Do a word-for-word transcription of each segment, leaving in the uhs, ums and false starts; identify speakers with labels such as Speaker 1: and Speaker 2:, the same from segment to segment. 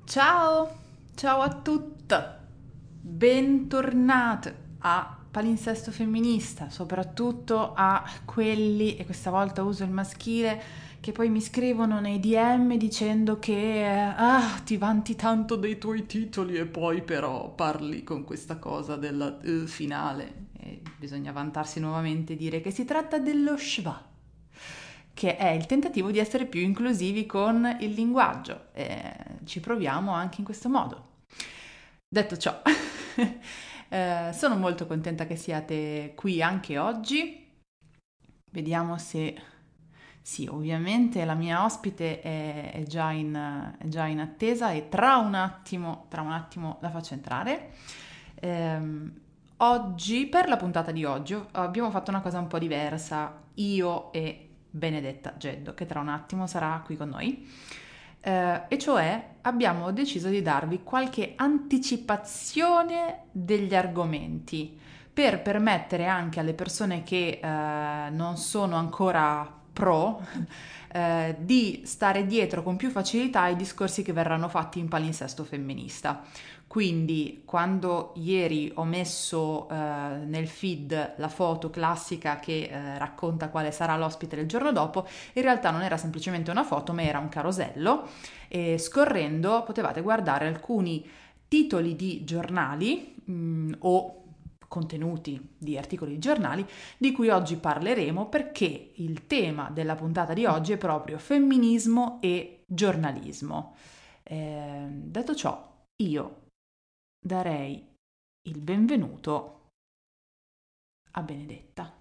Speaker 1: Ciao, ciao a tutte, bentornate a Palinsesto Femminista, soprattutto a quelli, e questa volta uso il maschile, che poi mi scrivono nei D M dicendo che eh, ah, ti vanti tanto dei tuoi titoli e poi però parli con questa cosa del eh, finale. E bisogna vantarsi nuovamente e dire che si tratta dello schwa, che è il tentativo di essere più inclusivi con il linguaggio. E ci proviamo anche in questo modo. Detto ciò, eh, sono molto contenta che siate qui anche oggi. Vediamo se... Sì, ovviamente la mia ospite è, è già in, è già in attesa e tra un attimo, tra un attimo la faccio entrare. Ehm, oggi, per la puntata di oggi, abbiamo fatto una cosa un po' diversa, io e Benedetta Geddo, che tra un attimo sarà qui con noi. Eh, e cioè abbiamo deciso di darvi qualche anticipazione degli argomenti per permettere anche alle persone che eh, non sono ancora pro eh, di stare dietro con più facilità ai discorsi che verranno fatti in palinsesto femminista. Quindi quando ieri ho messo eh, nel feed la foto classica che eh, racconta quale sarà l'ospite del giorno dopo, in realtà non era semplicemente una foto, ma era un carosello e scorrendo potevate guardare alcuni titoli di giornali mh, o contenuti di articoli di giornali di cui oggi parleremo perché il tema della puntata di oggi è proprio femminismo e giornalismo. Eh, detto ciò, io darei il benvenuto a Benedetta.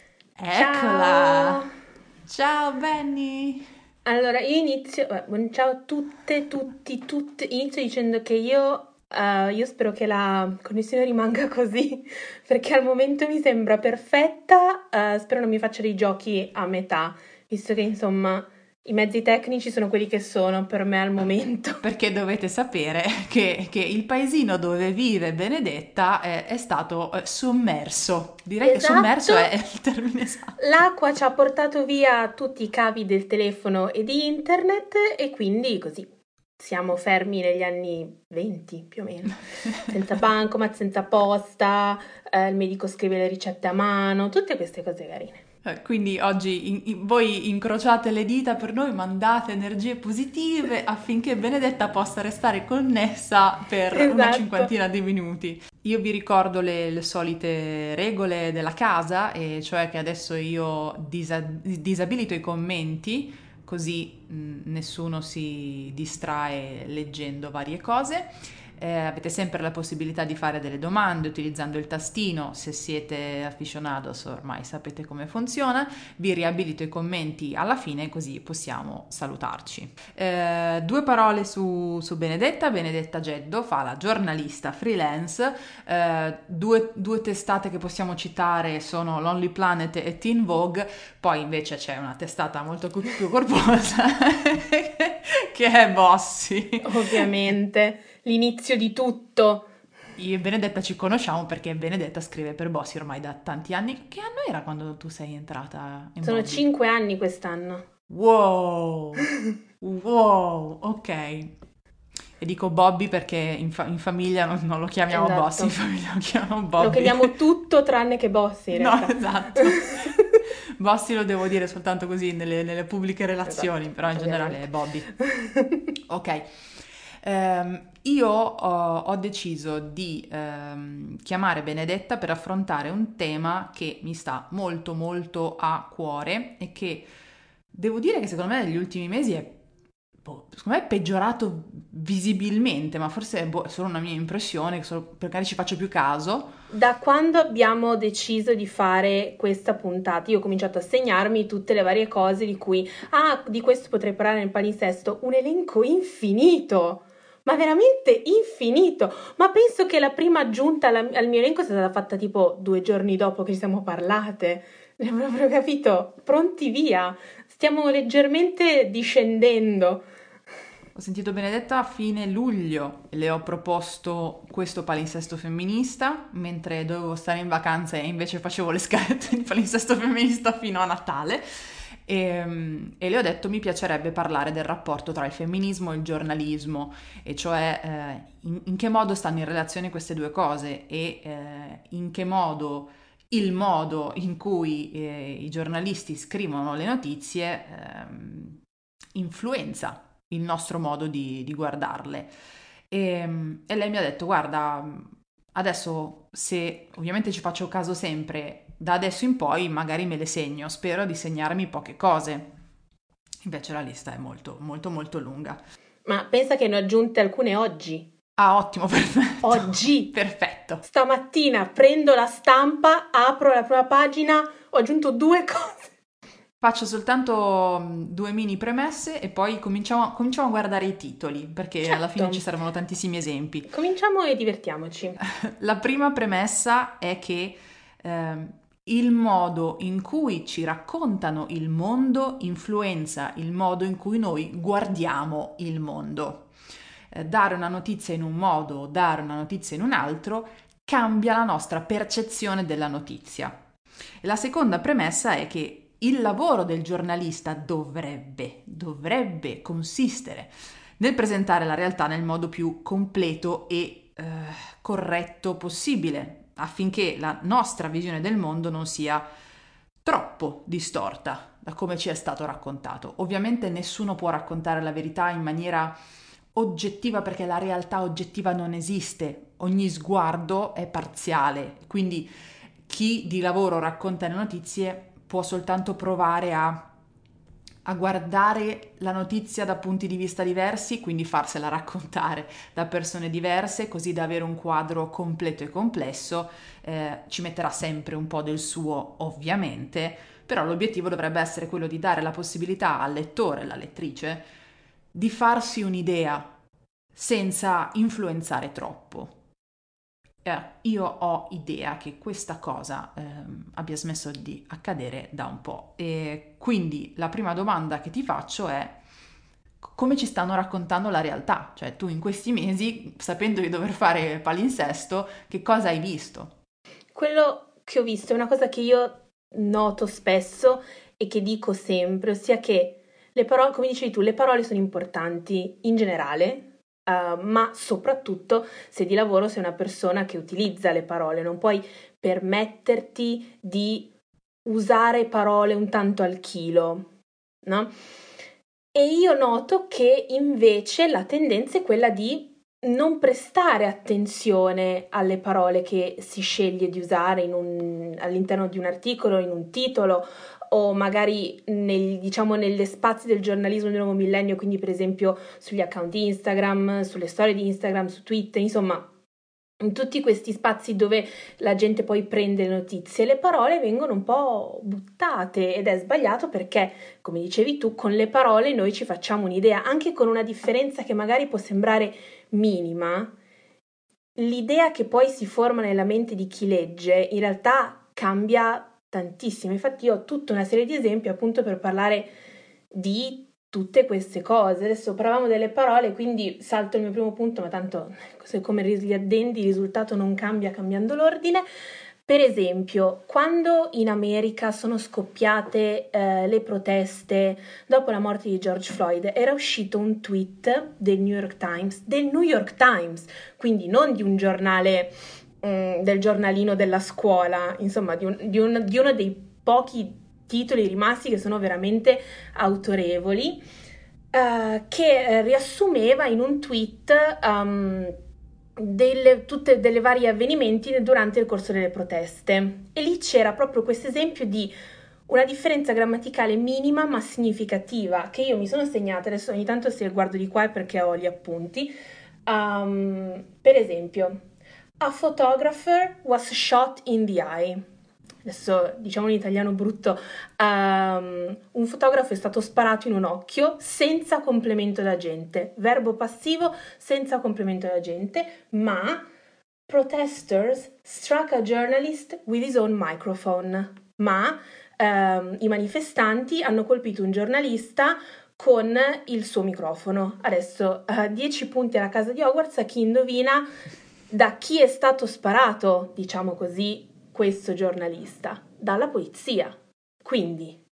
Speaker 1: Eccola!
Speaker 2: Ciao!
Speaker 1: Ciao Benny!
Speaker 2: Allora, io inizio, eh, buon- ciao a tutte, tutti, tutte. Inizio dicendo che io, eh, io spero che la connessione rimanga così, perché al momento mi sembra perfetta. Eh, spero non mi faccia dei giochi a metà, visto che insomma i mezzi tecnici sono quelli che sono per me al momento.
Speaker 1: Perché dovete sapere che, che il paesino dove vive Benedetta è, è stato eh, sommerso. Direi che sommerso
Speaker 2: Esatto,
Speaker 1: è il termine esatto.
Speaker 2: l'acqua ci ha portato via tutti i cavi del telefono e di internet e quindi così siamo fermi negli anni venti più o meno, senza bancomat, senza posta, eh, il medico scrive le ricette a mano, tutte queste cose carine.
Speaker 1: Eh, Quindi oggi in- in- voi incrociate le dita per noi, mandate energie positive affinché Benedetta possa restare connessa per una
Speaker 2: Esatto.
Speaker 1: cinquantina di minuti. Io vi ricordo le, le solite regole della casa, e cioè che adesso io disa- disabilito i commenti, così mh, nessuno si distrae leggendo varie cose. Eh, avete sempre la possibilità di fare delle domande utilizzando il tastino, se siete aficionados ormai sapete come funziona, vi riabilito i commenti alla fine così possiamo salutarci. Eh, due parole su, su Benedetta. Benedetta Geddo fa la giornalista freelance, eh, due, due testate che possiamo citare sono Lonely Planet e Teen Vogue, poi invece c'è una testata molto più corposa che è Bossy.
Speaker 2: Ovviamente, l'inizio di tutto.
Speaker 1: Io e Benedetta ci conosciamo perché Benedetta scrive per Bossy ormai da tanti anni. Che anno era quando tu sei entrata in
Speaker 2: Sono
Speaker 1: Bobby?
Speaker 2: cinque anni quest'anno.
Speaker 1: Wow, wow, ok. E dico Bobby perché in, fa- in famiglia non, non lo chiamiamo Bossy, in
Speaker 2: Esatto.
Speaker 1: famiglia lo chiamano
Speaker 2: Lo
Speaker 1: Bobby.
Speaker 2: chiamiamo tutto tranne che boss in
Speaker 1: No,
Speaker 2: realtà.
Speaker 1: esatto. Bossy lo devo dire soltanto così nelle, nelle pubbliche relazioni,
Speaker 2: Esatto,
Speaker 1: però in generale è
Speaker 2: ovviamente.
Speaker 1: Bobby. Ok. Ehm, io ho, ho deciso di ehm, chiamare Benedetta per affrontare un tema che mi sta molto molto a cuore e che devo dire che secondo me negli ultimi mesi è, boh, secondo me è peggiorato visibilmente, ma forse è, boh, è solo una mia impressione, che solo, perché magari ci faccio più caso.
Speaker 2: Da quando abbiamo deciso di fare questa puntata, io ho cominciato a segnarmi tutte le varie cose di cui, ah, di questo potrei parlare nel palinsesto, un elenco infinito, ma veramente infinito. Ma penso che la prima aggiunta alla- al mio elenco sia stata fatta tipo due giorni dopo che ci siamo parlate. Ho proprio capito, pronti via, stiamo leggermente discendendo.
Speaker 1: Ho sentito Benedetta a fine luglio e le ho proposto questo palinsesto femminista, mentre dovevo stare in vacanza e invece facevo le scalette di palinsesto femminista fino a Natale. E, e le ho detto mi piacerebbe parlare del rapporto tra il femminismo e il giornalismo, e cioè eh, in, in che modo stanno in relazione queste due cose e eh, in che modo il modo in cui eh, i giornalisti scrivono le notizie ehm, influenza il nostro modo di, di guardarle. E, e lei mi ha detto, guarda, adesso se ovviamente ci faccio caso sempre, da adesso in poi magari me le segno, spero di segnarmi poche cose. Invece la lista è molto, molto, molto lunga.
Speaker 2: Ma pensa che ne ho aggiunte alcune oggi.
Speaker 1: Ah, ottimo, perfetto.
Speaker 2: Oggi,
Speaker 1: Perfetto.
Speaker 2: stamattina, prendo la stampa, apro la prima pagina, ho aggiunto due cose.
Speaker 1: Faccio soltanto mm, due mini premesse e poi cominciamo, cominciamo a guardare i titoli, perché
Speaker 2: Certo.
Speaker 1: alla fine ci servono tantissimi esempi.
Speaker 2: Cominciamo e divertiamoci.
Speaker 1: La prima premessa è che ehm, il modo in cui ci raccontano il mondo influenza il modo in cui noi guardiamo il mondo. Eh, dare una notizia in un modo o dare una notizia in un altro cambia la nostra percezione della notizia. E la seconda premessa è che il lavoro del giornalista dovrebbe, dovrebbe consistere nel presentare la realtà nel modo più completo e eh, corretto possibile, affinché la nostra visione del mondo non sia troppo distorta da come ci è stato raccontato. Ovviamente nessuno può raccontare la verità in maniera oggettiva perché la realtà oggettiva non esiste, ogni sguardo è parziale, quindi chi di lavoro racconta le notizie può soltanto provare a, a guardare la notizia da punti di vista diversi, quindi farsela raccontare da persone diverse, così da avere un quadro completo e complesso. Eh, ci metterà sempre un po' del suo, ovviamente, però l'obiettivo dovrebbe essere quello di dare la possibilità al lettore, alla lettrice, di farsi un'idea senza influenzare troppo. Eh, io ho idea che questa cosa ehm, abbia smesso di accadere da un po', e quindi la prima domanda che ti faccio è come ci stanno raccontando la realtà? Cioè tu in questi mesi, sapendo di dover fare palinsesto, che cosa hai visto?
Speaker 2: Quello che ho visto è una cosa che io noto spesso e che dico sempre, ossia che le parole, come dicevi tu, le parole sono importanti in generale, uh, ma soprattutto se di lavoro sei una persona che utilizza le parole, non puoi permetterti di usare parole un tanto al chilo, no? E io noto che invece la tendenza è quella di non prestare attenzione alle parole che si sceglie di usare in un, all'interno di un articolo, in un titolo o magari nel, diciamo, nelle spazi del giornalismo del nuovo millennio, quindi per esempio sugli account Instagram, sulle storie di Instagram, su Twitter, insomma in tutti questi spazi dove la gente poi prende le notizie, le parole vengono un po' buttate ed è sbagliato perché, come dicevi tu, con le parole noi ci facciamo un'idea, anche con una differenza che magari può sembrare minima, l'idea che poi si forma nella mente di chi legge in realtà cambia tantissimo. Infatti io ho tutta una serie di esempi appunto per parlare di tutte queste cose. Adesso parlavamo delle parole, quindi salto il mio primo punto, ma tanto come gli addendi il risultato non cambia cambiando l'ordine. Per esempio, quando in America sono scoppiate eh, le proteste dopo la morte di George Floyd, era uscito un tweet del New York Times, del New York Times, quindi non di un giornale, mm, del giornalino della scuola, insomma, di, un, di, un, di uno dei pochi titoli rimasti che sono veramente autorevoli, eh, che riassumeva in un tweet um, delle, tutte delle vari avvenimenti durante il corso delle proteste. E lì c'era proprio questo esempio di una differenza grammaticale minima ma significativa che io mi sono segnata. Adesso ogni tanto se guardo di qua è perché ho gli appunti. Um, per esempio, a photographer was shot in the eye. Adesso diciamo in italiano brutto, um, un fotografo è stato sparato in un occhio senza complemento d'agente, verbo passivo senza complemento d'agente, ma protesters struck a journalist with his own microphone, ma um, i manifestanti hanno colpito un giornalista con il suo microfono. Adesso dieci uh, punti alla casa di Hogwarts a chi indovina da chi è stato sparato, diciamo così, questo giornalista, dalla polizia. Quindi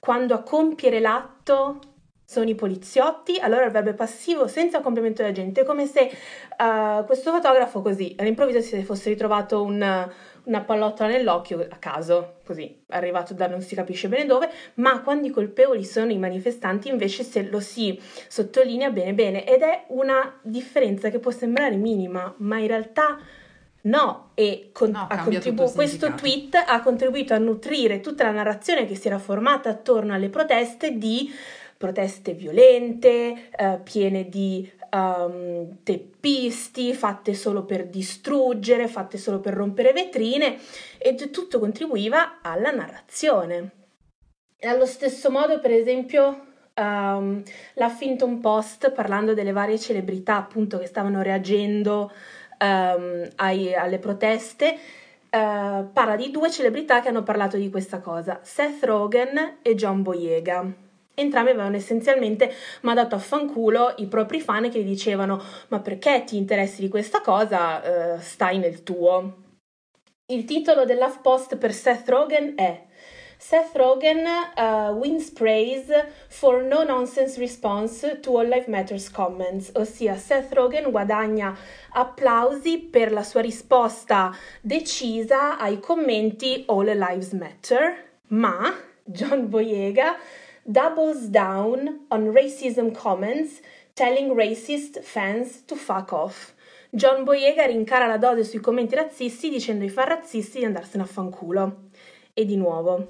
Speaker 2: quando a compiere l'atto sono i poliziotti, allora il verbo è passivo senza complemento dell'agente. È come se uh, questo fotografo così all'improvviso si fosse ritrovato un, una pallottola nell'occhio a caso, così, arrivato da non si capisce bene dove, ma quando i colpevoli sono i manifestanti invece se lo si sottolinea bene bene, ed è una differenza che può sembrare minima, ma in realtà no, e con-
Speaker 1: No,
Speaker 2: ha
Speaker 1: cambia tutto
Speaker 2: contribu-
Speaker 1: il
Speaker 2: questo
Speaker 1: significato.
Speaker 2: tweet ha contribuito a nutrire tutta la narrazione che si era formata attorno alle proteste di proteste violente, eh, piene di um, teppisti, fatte solo per distruggere, fatte solo per rompere vetrine, e tutto contribuiva alla narrazione. E allo stesso modo, per esempio, um, l'Huffington Post, parlando delle varie celebrità appunto che stavano reagendo um, ai, alle proteste, uh, parla di due celebrità che hanno parlato di questa cosa, Seth Rogen e John Boyega. Entrambi avevano essenzialmente mandato a fanculo i propri fan che gli dicevano: ma perché ti interessi di questa cosa? Uh, stai nel tuo. Il titolo dell'HuffPost per Seth Rogen è Seth Rogen uh, wins praise for no nonsense response to All Life Matters comments, ossia Seth Rogen guadagna applausi per la sua risposta decisa ai commenti All Lives Matter, ma John Boyega doubles down on racism comments, telling racist fans to fuck off. John Boyega rincara la dose sui commenti razzisti dicendo ai fan razzisti di andarsene a fanculo. E di nuovo,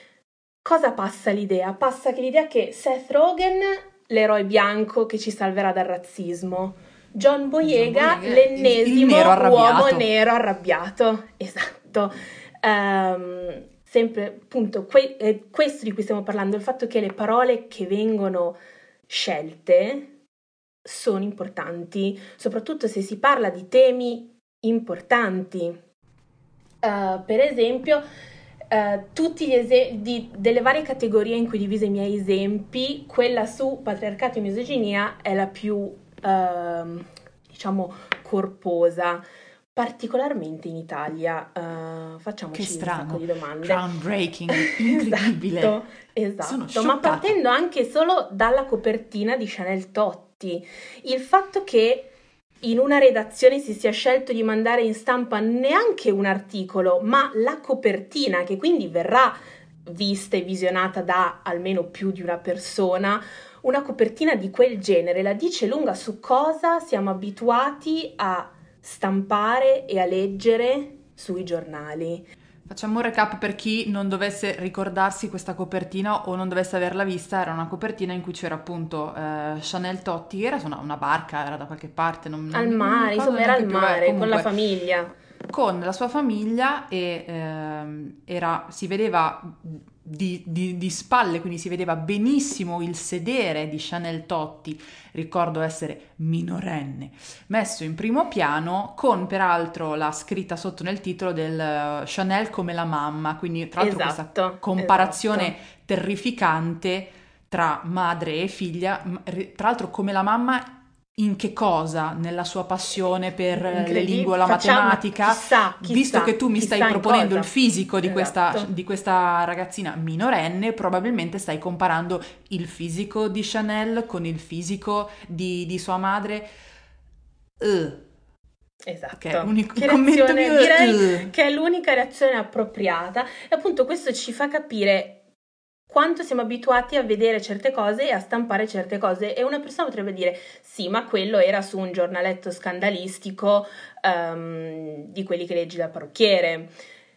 Speaker 2: cosa passa l'idea? Passa che l'idea che Seth Rogen, l'eroe bianco che ci salverà dal razzismo, John Boyega,
Speaker 1: John Boyega,
Speaker 2: l'ennesimo
Speaker 1: il nero arrabbiato.
Speaker 2: uomo nero arrabbiato. Esatto. Um, sempre appunto que- eh, questo di cui stiamo parlando, il fatto che le parole che vengono scelte sono importanti, soprattutto se si parla di temi importanti. Uh, per esempio, uh, tutti gli esempi delle varie categorie in cui divise i miei esempi, quella su patriarcato e misoginia è la più, uh, diciamo, corposa. Particolarmente in Italia, uh, facciamoci
Speaker 1: Che strano,
Speaker 2: un sacco di domande.
Speaker 1: Groundbreaking, incredibile.
Speaker 2: Esatto, esatto.
Speaker 1: Sono
Speaker 2: Ma
Speaker 1: scioccata.
Speaker 2: partendo anche solo dalla copertina di Chanel Totti, il fatto che in una redazione si sia scelto di mandare in stampa neanche un articolo, ma la copertina, che quindi verrà vista e visionata da almeno più di una persona, una copertina di quel genere la dice lunga su cosa siamo abituati a stampare e a leggere sui giornali.
Speaker 1: Facciamo un recap per chi non dovesse ricordarsi questa copertina o non dovesse averla vista. Era una copertina in cui c'era appunto eh, Chanel Totti, che era su una, una barca, era da qualche parte, non,
Speaker 2: Al
Speaker 1: non mi
Speaker 2: mare,
Speaker 1: ricordo
Speaker 2: insomma era
Speaker 1: neanche
Speaker 2: al
Speaker 1: più, eh,
Speaker 2: mare, con la
Speaker 1: comunque,
Speaker 2: famiglia.
Speaker 1: con la sua famiglia e ehm, era, si vedeva di, di- di spalle, quindi si vedeva benissimo il sedere di Chanel Totti, ricordo essere minorenne, messo in primo piano con peraltro la scritta sotto nel titolo del eh, Chanel come la mamma, quindi tra l'altro questa
Speaker 2: Esatto,
Speaker 1: comparazione
Speaker 2: esatto.
Speaker 1: terrificante tra madre e figlia, m- ri- tra l'altro come la mamma in che cosa? Nella sua passione per eh, le lingue
Speaker 2: Incredibile,
Speaker 1: o la
Speaker 2: facciamo, ma
Speaker 1: matematica,
Speaker 2: chissà,
Speaker 1: visto che
Speaker 2: chissà,
Speaker 1: tu mi stai
Speaker 2: chissà in
Speaker 1: proponendo il
Speaker 2: cosa.
Speaker 1: fisico di questa,
Speaker 2: Esatto.
Speaker 1: di questa ragazzina minorenne, probabilmente stai comparando il fisico di Chanel con il fisico di, di sua madre. Uh,
Speaker 2: Esatto,
Speaker 1: che è l'unico
Speaker 2: che
Speaker 1: commento
Speaker 2: reazione,
Speaker 1: mio.
Speaker 2: direi
Speaker 1: Uh.
Speaker 2: che è l'unica reazione appropriata, e appunto questo ci fa capire quanto siamo abituati a vedere certe cose e a stampare certe cose, e una persona potrebbe dire sì, ma quello era su un giornaletto scandalistico um, di quelli che leggi da parrucchiere.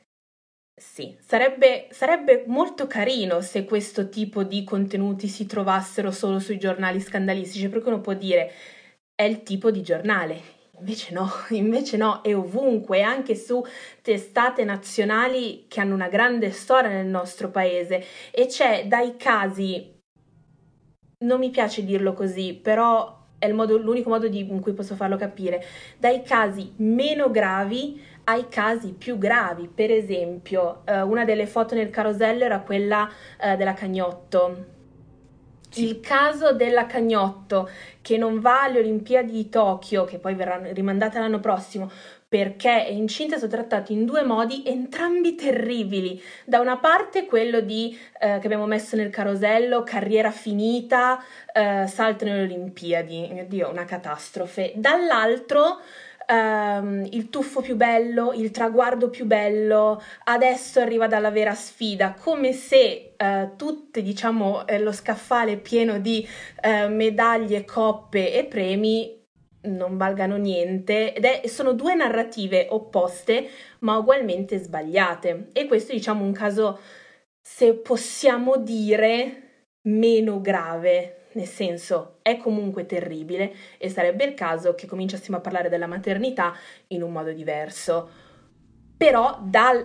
Speaker 2: Sì, sarebbe, sarebbe molto carino se questo tipo di contenuti si trovassero solo sui giornali scandalistici, perché uno può dire è il tipo di giornale. Invece no, invece no, è ovunque, anche su testate nazionali che hanno una grande storia nel nostro paese, e c'è dai casi, non mi piace dirlo così, però è il modo, l'unico modo di, in cui posso farlo capire, dai casi meno gravi ai casi più gravi. Per esempio, eh, una delle foto nel carosello era quella eh, della Cagnotto.
Speaker 1: Sì.
Speaker 2: Il caso della Cagnotto, che non va alle Olimpiadi di Tokyo, che poi verranno rimandate l'anno prossimo, perché è incinta, sono trattati in due modi, entrambi terribili. Da una parte quello di, eh, che abbiamo messo nel carosello, carriera finita, eh, salto nelle Olimpiadi, mio Dio, una catastrofe. Dall'altro ehm, il tuffo più bello, il traguardo più bello, adesso arriva dalla vera sfida, come se eh, tutte, diciamo, eh, lo scaffale pieno di eh, medaglie, coppe e premi non valgano niente, ed è, sono due narrative opposte ma ugualmente sbagliate, e questo è, diciamo, un caso, se possiamo dire, meno grave, nel senso è comunque terribile e sarebbe il caso che cominciassimo a parlare della maternità in un modo diverso. Però dal,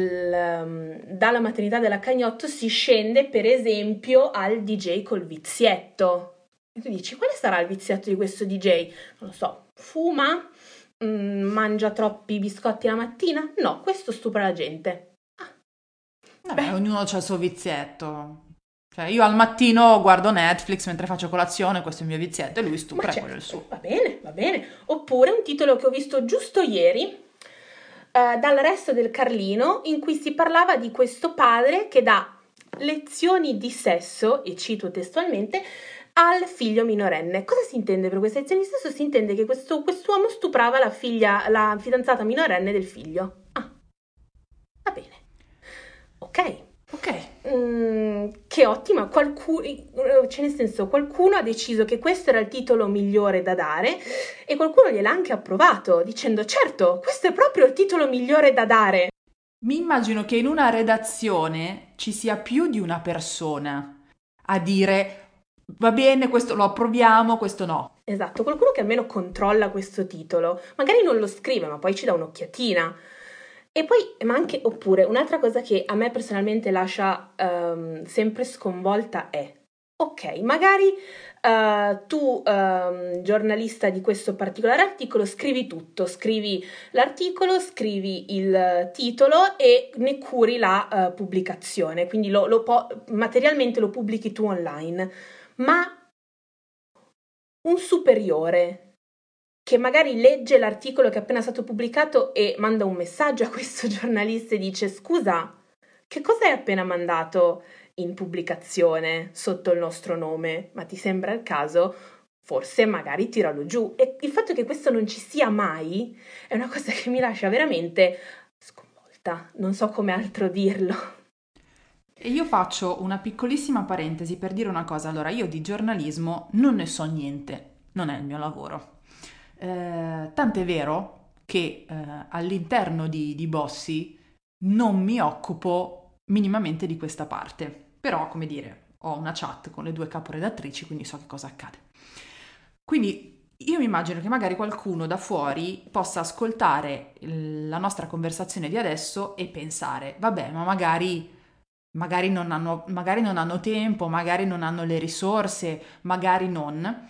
Speaker 2: l, dalla maternità della Cagnotto si scende per esempio al D J col vizietto. E tu dici, quale sarà il vizietto di questo D J? Non lo so, fuma? Mm, mangia troppi biscotti la mattina? No, questo stupra la gente. Ah,
Speaker 1: Vabbè,
Speaker 2: beh,
Speaker 1: ognuno ha il suo vizietto. Cioè, io al mattino guardo Netflix mentre faccio colazione, questo è il mio vizietto, e lui
Speaker 2: ma
Speaker 1: stupra, quello è il
Speaker 2: certo,
Speaker 1: suo.
Speaker 2: va bene, va bene. Oppure un titolo che ho visto giusto ieri, eh, dal Resto del Carlino, in cui si parlava di questo padre che dà lezioni di sesso, e cito testualmente, al figlio minorenne. Cosa si intende per queste lezioni di sesso? Si intende che questo quest'uomo stuprava la figlia, la fidanzata minorenne del figlio. Ah, va bene. Ok.
Speaker 1: Ok,
Speaker 2: Mm, che ottima, qualcuno, cioè nel senso, qualcuno ha deciso che questo era il titolo migliore da dare e qualcuno gliel'ha anche approvato dicendo certo, questo è proprio il titolo migliore da dare.
Speaker 1: mi immagino che in una redazione ci sia più di una persona a dire va bene, questo lo approviamo, questo no.
Speaker 2: Esatto, qualcuno che almeno controlla questo titolo, magari non lo scrive ma poi ci dà un'occhiatina. E poi, ma anche, oppure, un'altra cosa che a me personalmente lascia ehm, sempre sconvolta è, ok, magari eh, tu, ehm, giornalista di questo particolare articolo, scrivi tutto, scrivi l'articolo, scrivi il titolo e ne curi la eh, pubblicazione, quindi lo, lo po- materialmente lo pubblichi tu online, ma un superiore che magari legge l'articolo che è appena stato pubblicato e manda un messaggio a questo giornalista e dice scusa, che cosa hai appena mandato in pubblicazione sotto il nostro nome? Ma ti sembra il caso? Forse magari tiralo giù. E il fatto che questo non ci sia mai è una cosa che mi lascia veramente sconvolta. Non so come altro dirlo.
Speaker 1: E io faccio una piccolissima parentesi per dire una cosa. Allora, io di giornalismo non ne so niente, non è il mio lavoro. Eh, tant'è vero che eh, all'interno di, di Bossi non mi occupo minimamente di questa parte. Però, come dire, ho una chat con le due caporedattrici, quindi so che cosa accade. Quindi io mi immagino che magari qualcuno da fuori possa ascoltare il- la nostra conversazione di adesso e pensare, vabbè, ma magari magari non hanno, magari non hanno tempo, magari non hanno le risorse, magari non.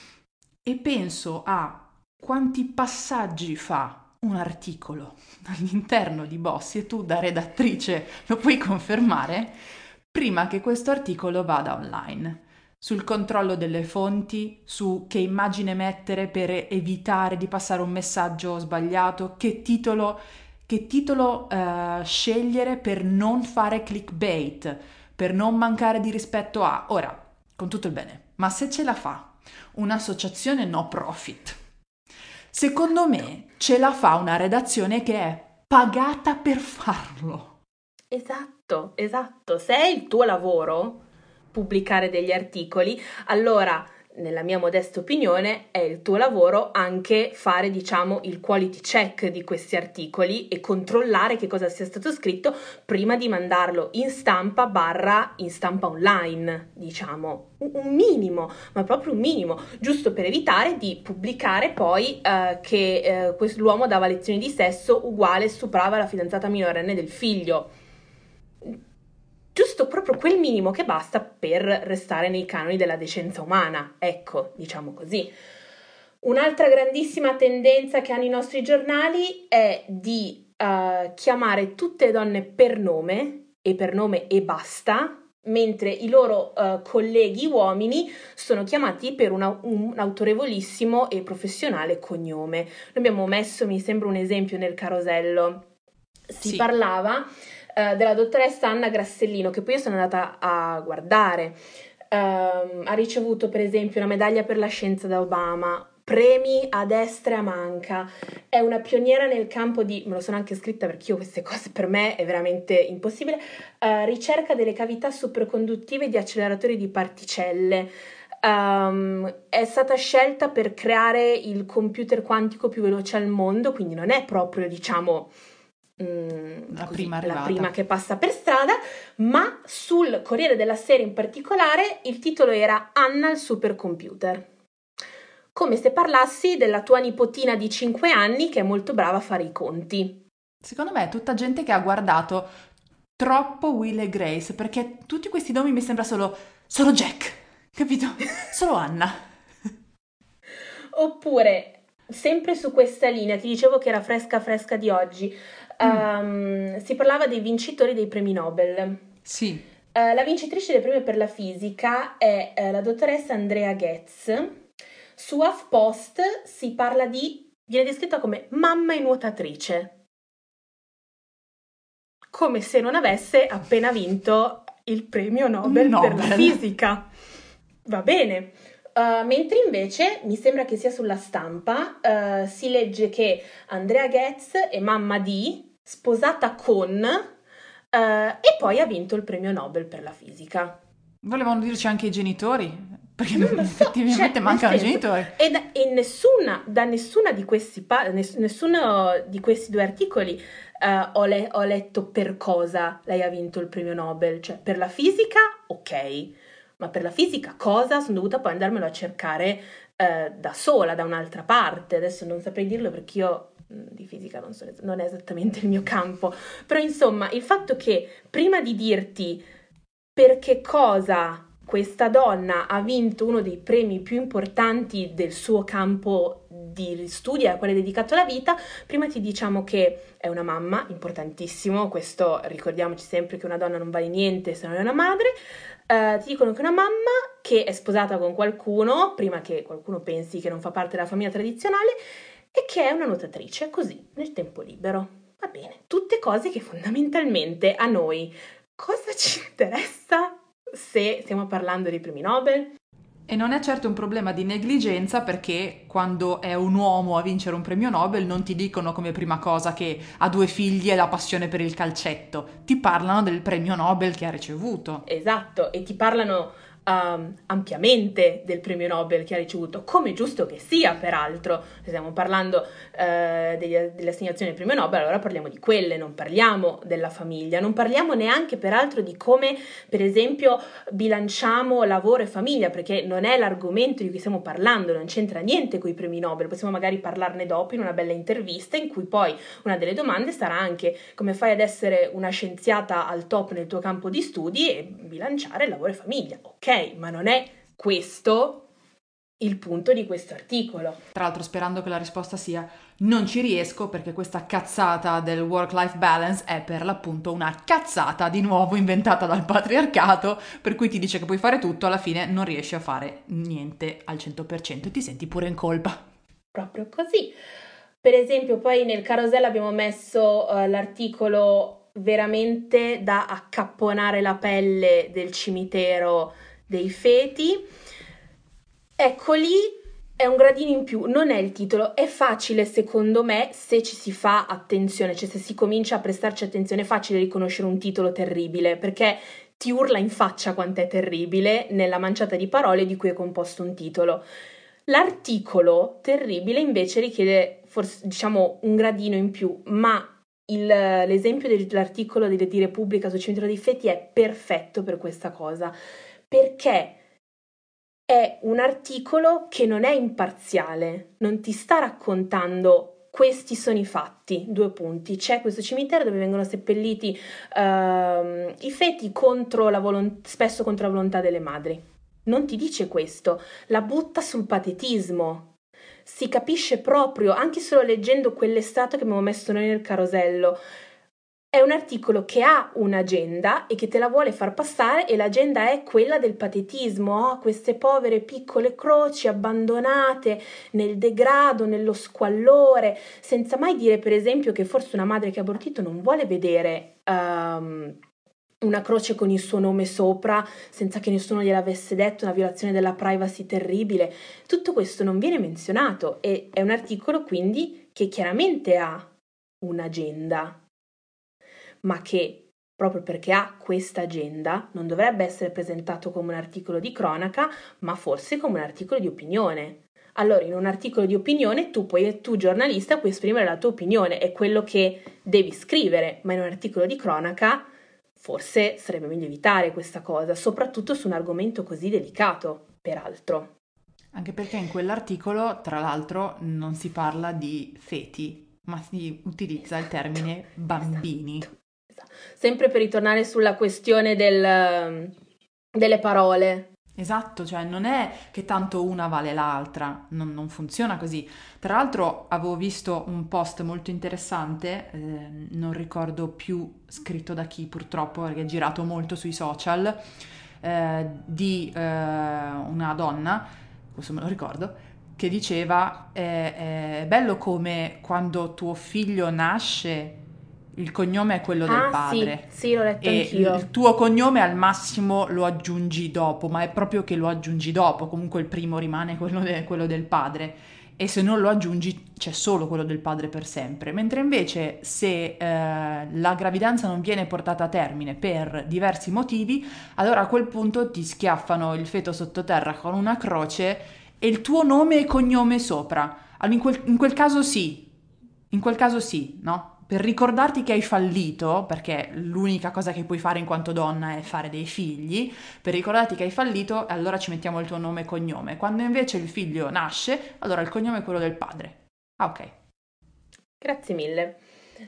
Speaker 1: E penso a quanti passaggi fa un articolo all'interno di Bossi, e tu da redattrice lo puoi confermare, prima che questo articolo vada online. Sul controllo delle fonti, su che immagine mettere per evitare di passare un messaggio sbagliato, che titolo che titolo eh, scegliere per non fare clickbait, per non mancare di rispetto a... Ora, con tutto il bene, ma se ce la fa un'associazione no profit, secondo me ce la fa una redazione che è pagata per farlo.
Speaker 2: Esatto, esatto. Se è il tuo lavoro pubblicare degli articoli, allora, nella mia modesta opinione, è il tuo lavoro anche fare, diciamo, il quality check di questi articoli e controllare che cosa sia stato scritto prima di mandarlo in stampa barra in stampa online, diciamo. Un un minimo, ma proprio un minimo, giusto per evitare di pubblicare poi eh, che eh, quest'uomo dava lezioni di sesso uguale stuprava la fidanzata minorenne del figlio. Giusto proprio quel minimo che basta per restare nei canoni della decenza umana, ecco, diciamo così. Un'altra grandissima tendenza che hanno i nostri giornali è di uh, chiamare tutte le donne per nome, e per nome e basta, mentre i loro uh, colleghi uomini sono chiamati per una, un autorevolissimo e professionale cognome. Noi abbiamo messo, mi sembra, un esempio nel carosello. Si
Speaker 1: Sì.
Speaker 2: parlava uh, della dottoressa Anna Grassellino, che poi io sono andata a guardare. Uh, ha ricevuto per esempio una medaglia per la scienza da Obama, premi a destra e a manca, è una pioniera nel campo di, me lo sono anche scritta perché io queste cose per me è veramente impossibile, uh, ricerca delle cavità superconduttive di acceleratori di particelle. Um, è stata scelta per creare il computer quantico più veloce al mondo, quindi non è proprio, diciamo, Mm,
Speaker 1: La
Speaker 2: così,
Speaker 1: prima
Speaker 2: la
Speaker 1: arrivata.
Speaker 2: prima che passa per strada, ma sul Corriere della Sera in particolare il titolo era Anna il supercomputer, come se parlassi della tua nipotina di cinque anni che è molto brava a fare i conti.
Speaker 1: Secondo me è tutta gente che ha guardato troppo Will e Grace, perché tutti questi nomi mi sembra solo, solo Jack, capito? Solo Anna.
Speaker 2: Oppure, sempre su questa linea, ti dicevo che era fresca fresca di oggi, um, si parlava dei vincitori dei premi Nobel.
Speaker 1: Sì.
Speaker 2: Uh, la vincitrice del premio per la fisica è uh, la dottoressa Andrea Ghez. Su HuffPost si parla di, viene descritta come mamma e nuotatrice, come se non avesse appena vinto il premio Nobel,
Speaker 1: Nobel.
Speaker 2: per la fisica. Va bene. Uh, mentre invece mi sembra che sia sulla stampa, uh, si legge che Andrea Ghez è mamma di, sposata con, uh, e poi ha vinto il premio Nobel per la fisica.
Speaker 1: Volevano dirci anche i genitori, perché
Speaker 2: Non lo so,
Speaker 1: effettivamente
Speaker 2: cioè,
Speaker 1: mancano i
Speaker 2: nel senso,
Speaker 1: genitori.
Speaker 2: E, da, e nessuna, da nessuna di questi, pa- ness- nessuno di questi due articoli uh, ho, le- ho letto per cosa lei ha vinto il premio Nobel. Cioè, per la fisica, ok. Ma per la fisica cosa? Sono dovuta poi andarmelo a cercare eh, da sola, da un'altra parte. Adesso non saprei dirlo perché io mh, di fisica non, so, non è esattamente il mio campo. Però insomma, il fatto che prima di dirti per che cosa questa donna ha vinto uno dei premi più importanti del suo campo di studio, a quale è dedicato la vita, prima ti diciamo che è una mamma, importantissimo, questo ricordiamoci sempre che una donna non vale niente se non è una madre. Uh, ti dicono che è una mamma che è sposata con qualcuno, prima che qualcuno pensi che non fa parte della famiglia tradizionale, e che è una nuotatrice, così, nel tempo libero. Va bene, tutte cose che fondamentalmente a noi cosa ci interessa se stiamo parlando di premi Nobel?
Speaker 1: E non è certo un problema di negligenza, perché quando è un uomo a vincere un premio Nobel non ti dicono come prima cosa che ha due figli e la passione per il calcetto, ti parlano del premio Nobel che ha ricevuto.
Speaker 2: Esatto, e ti parlano um, ampiamente del premio Nobel che ha ricevuto, come giusto che sia, peraltro. Se stiamo parlando uh, degli, delle assegnazioni del premio Nobel, allora parliamo di quelle, non parliamo della famiglia, non parliamo neanche, peraltro, di come, per esempio, bilanciamo lavoro e famiglia, perché non è l'argomento di cui stiamo parlando, non c'entra niente con i premi Nobel, possiamo magari parlarne dopo in una bella intervista in cui poi una delle domande sarà anche come fai ad essere una scienziata al top nel tuo campo di studi e bilanciare lavoro e famiglia. Ok, ma non è questo il punto di questo articolo.
Speaker 1: Tra l'altro sperando che la risposta sia non ci riesco, perché questa cazzata del work-life balance è per l'appunto una cazzata di nuovo inventata dal patriarcato, per cui ti dice che puoi fare tutto, alla fine non riesci a fare niente al cento per cento e ti senti pure in colpa.
Speaker 2: Proprio così. Per esempio, poi nel carosello abbiamo messo uh, l'articolo veramente da accapponare la pelle del cimitero dei feti. Ecco, lì è un gradino in più, non è il titolo, è facile secondo me se ci si fa attenzione, cioè se si comincia a prestarci attenzione è facile riconoscere un titolo terribile, perché ti urla in faccia quanto è terribile nella manciata di parole di cui è composto un titolo. L'articolo terribile invece richiede forse, diciamo, un gradino in più, ma il, l'esempio dell'articolo di, di Repubblica sul cimitero dei feti è perfetto per questa cosa, perché è un articolo che non è imparziale, non ti sta raccontando questi sono i fatti, due punti. C'è questo cimitero dove vengono seppelliti uh, i feti contro la volont- spesso contro la volontà delle madri. Non ti dice questo, la butta sul patetismo. Si capisce proprio, anche solo leggendo quell'estratto che abbiamo messo noi nel carosello, è un articolo che ha un'agenda e che te la vuole far passare, e l'agenda è quella del patetismo. Oh, queste povere piccole croci abbandonate nel degrado, nello squallore, senza mai dire per esempio che forse una madre che ha abortito non vuole vedere um, una croce con il suo nome sopra senza che nessuno gliel'avesse detto, una violazione della privacy terribile. Tutto questo non viene menzionato, e è un articolo quindi che chiaramente ha un'agenda, ma che proprio perché ha questa agenda non dovrebbe essere presentato come un articolo di cronaca, ma forse come un articolo di opinione. Allora, in un articolo di opinione tu puoi, tu giornalista, puoi esprimere la tua opinione, è quello che devi scrivere, ma in un articolo di cronaca forse sarebbe meglio evitare questa cosa, soprattutto su un argomento così delicato, peraltro.
Speaker 1: Anche perché in quell'articolo, tra l'altro, non si parla di feti, ma si utilizza il termine bambini.
Speaker 2: Esatto, esatto. Sempre per ritornare sulla questione del, delle parole.
Speaker 1: Esatto, cioè non è che tanto una vale l'altra, non, non funziona così. Tra l'altro avevo visto un post molto interessante, eh, non ricordo più scritto da chi purtroppo, perché è girato molto sui social, eh, di eh, una donna, questo me lo ricordo, che diceva eh, è bello come quando tuo figlio nasce il cognome è quello del
Speaker 2: Ah sì,
Speaker 1: padre
Speaker 2: sì, l'ho letto
Speaker 1: e il
Speaker 2: anch'io.
Speaker 1: tuo cognome al massimo lo aggiungi dopo, ma è proprio che lo aggiungi dopo, comunque il primo rimane quello, de- quello del padre e se non lo aggiungi c'è solo quello del padre per sempre, mentre invece se eh, la gravidanza non viene portata a termine per diversi motivi, allora a quel punto ti schiaffano il feto sottoterra con una croce e il tuo nome e cognome sopra. Allora, in quel, in quel caso sì, in quel caso sì, no? Per ricordarti che hai fallito, perché l'unica cosa che puoi fare in quanto donna è fare dei figli, per ricordarti che hai fallito, allora ci mettiamo il tuo nome e cognome. Quando invece il figlio nasce, allora il cognome è quello del padre. Ah, ok.
Speaker 2: Grazie mille.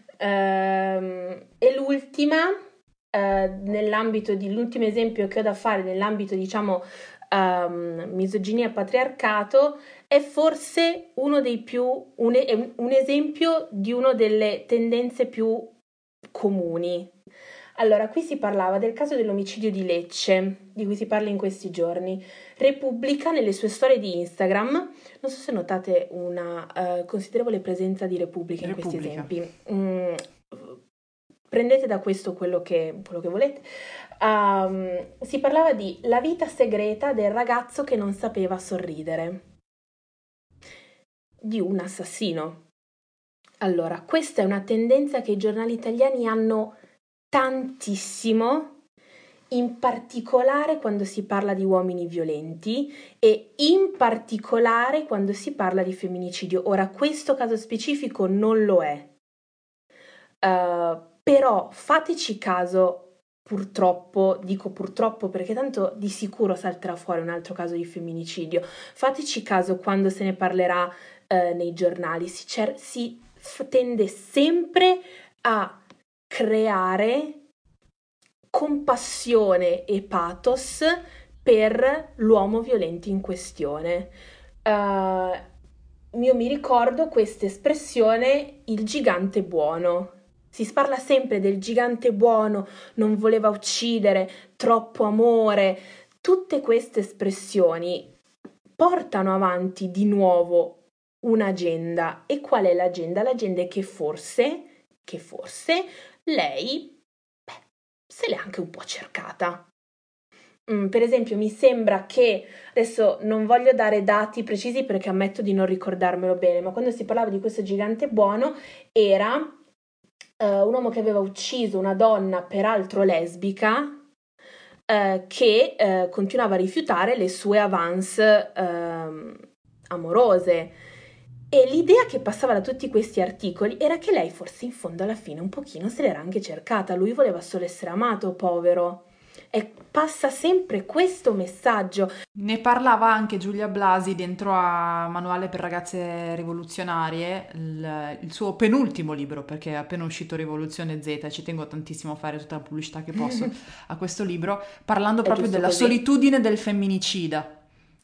Speaker 2: Ehm, e l'ultima, eh, nell'ambito di l'ultimo esempio che ho da fare nell'ambito, diciamo, ehm, misoginia e patriarcato, è forse uno dei più, un, è un un esempio di una delle tendenze più comuni. Allora, qui si parlava del caso dell'omicidio di Lecce, di cui si parla in questi giorni. Repubblica, nelle sue storie di Instagram, non so se notate una eh, considerevole presenza di Repubblica in questi
Speaker 1: Repubblica.
Speaker 2: esempi. Mm, prendete da questo quello che, quello che volete. Um, si parlava di la vita segreta del ragazzo che non sapeva sorridere, di un assassino. Allora, questa è una tendenza che i giornali italiani hanno tantissimo, in particolare quando si parla di uomini violenti e in particolare quando si parla di femminicidio. Ora, questo caso specifico non lo è, uh, però fateci caso. Purtroppo, dico purtroppo perché tanto di sicuro salterà fuori un altro caso di femminicidio. Fateci caso quando se ne parlerà eh, nei giornali. Si, cer- si f- tende sempre a creare compassione e pathos per l'uomo violento in questione. Uh, io mi ricordo questa espressione, il gigante buono. Si parla sempre del gigante buono, non voleva uccidere, troppo amore. Tutte queste espressioni portano avanti di nuovo un'agenda. E qual è l'agenda? L'agenda è che forse, che forse lei, beh, se l'è anche un po' cercata. Mm, per esempio, mi sembra che, adesso non voglio dare dati precisi perché ammetto di non ricordarmelo bene, ma quando si parlava di questo gigante buono era uh, un uomo che aveva ucciso una donna, peraltro lesbica, uh, che uh, continuava a rifiutare le sue avance uh, amorose. E l'idea che passava da tutti questi articoli era che lei forse in fondo alla fine un pochino se l'era anche cercata, lui voleva solo essere amato, povero. E passa sempre questo messaggio.
Speaker 1: Ne parlava anche Giulia Blasi dentro a Manuale per ragazze rivoluzionarie, il, il suo penultimo libro, perché è appena uscito Rivoluzione Z, e ci tengo tantissimo a fare tutta la pubblicità che posso a questo libro, parlando
Speaker 2: È
Speaker 1: proprio
Speaker 2: giusto
Speaker 1: della
Speaker 2: così.
Speaker 1: solitudine del femminicida.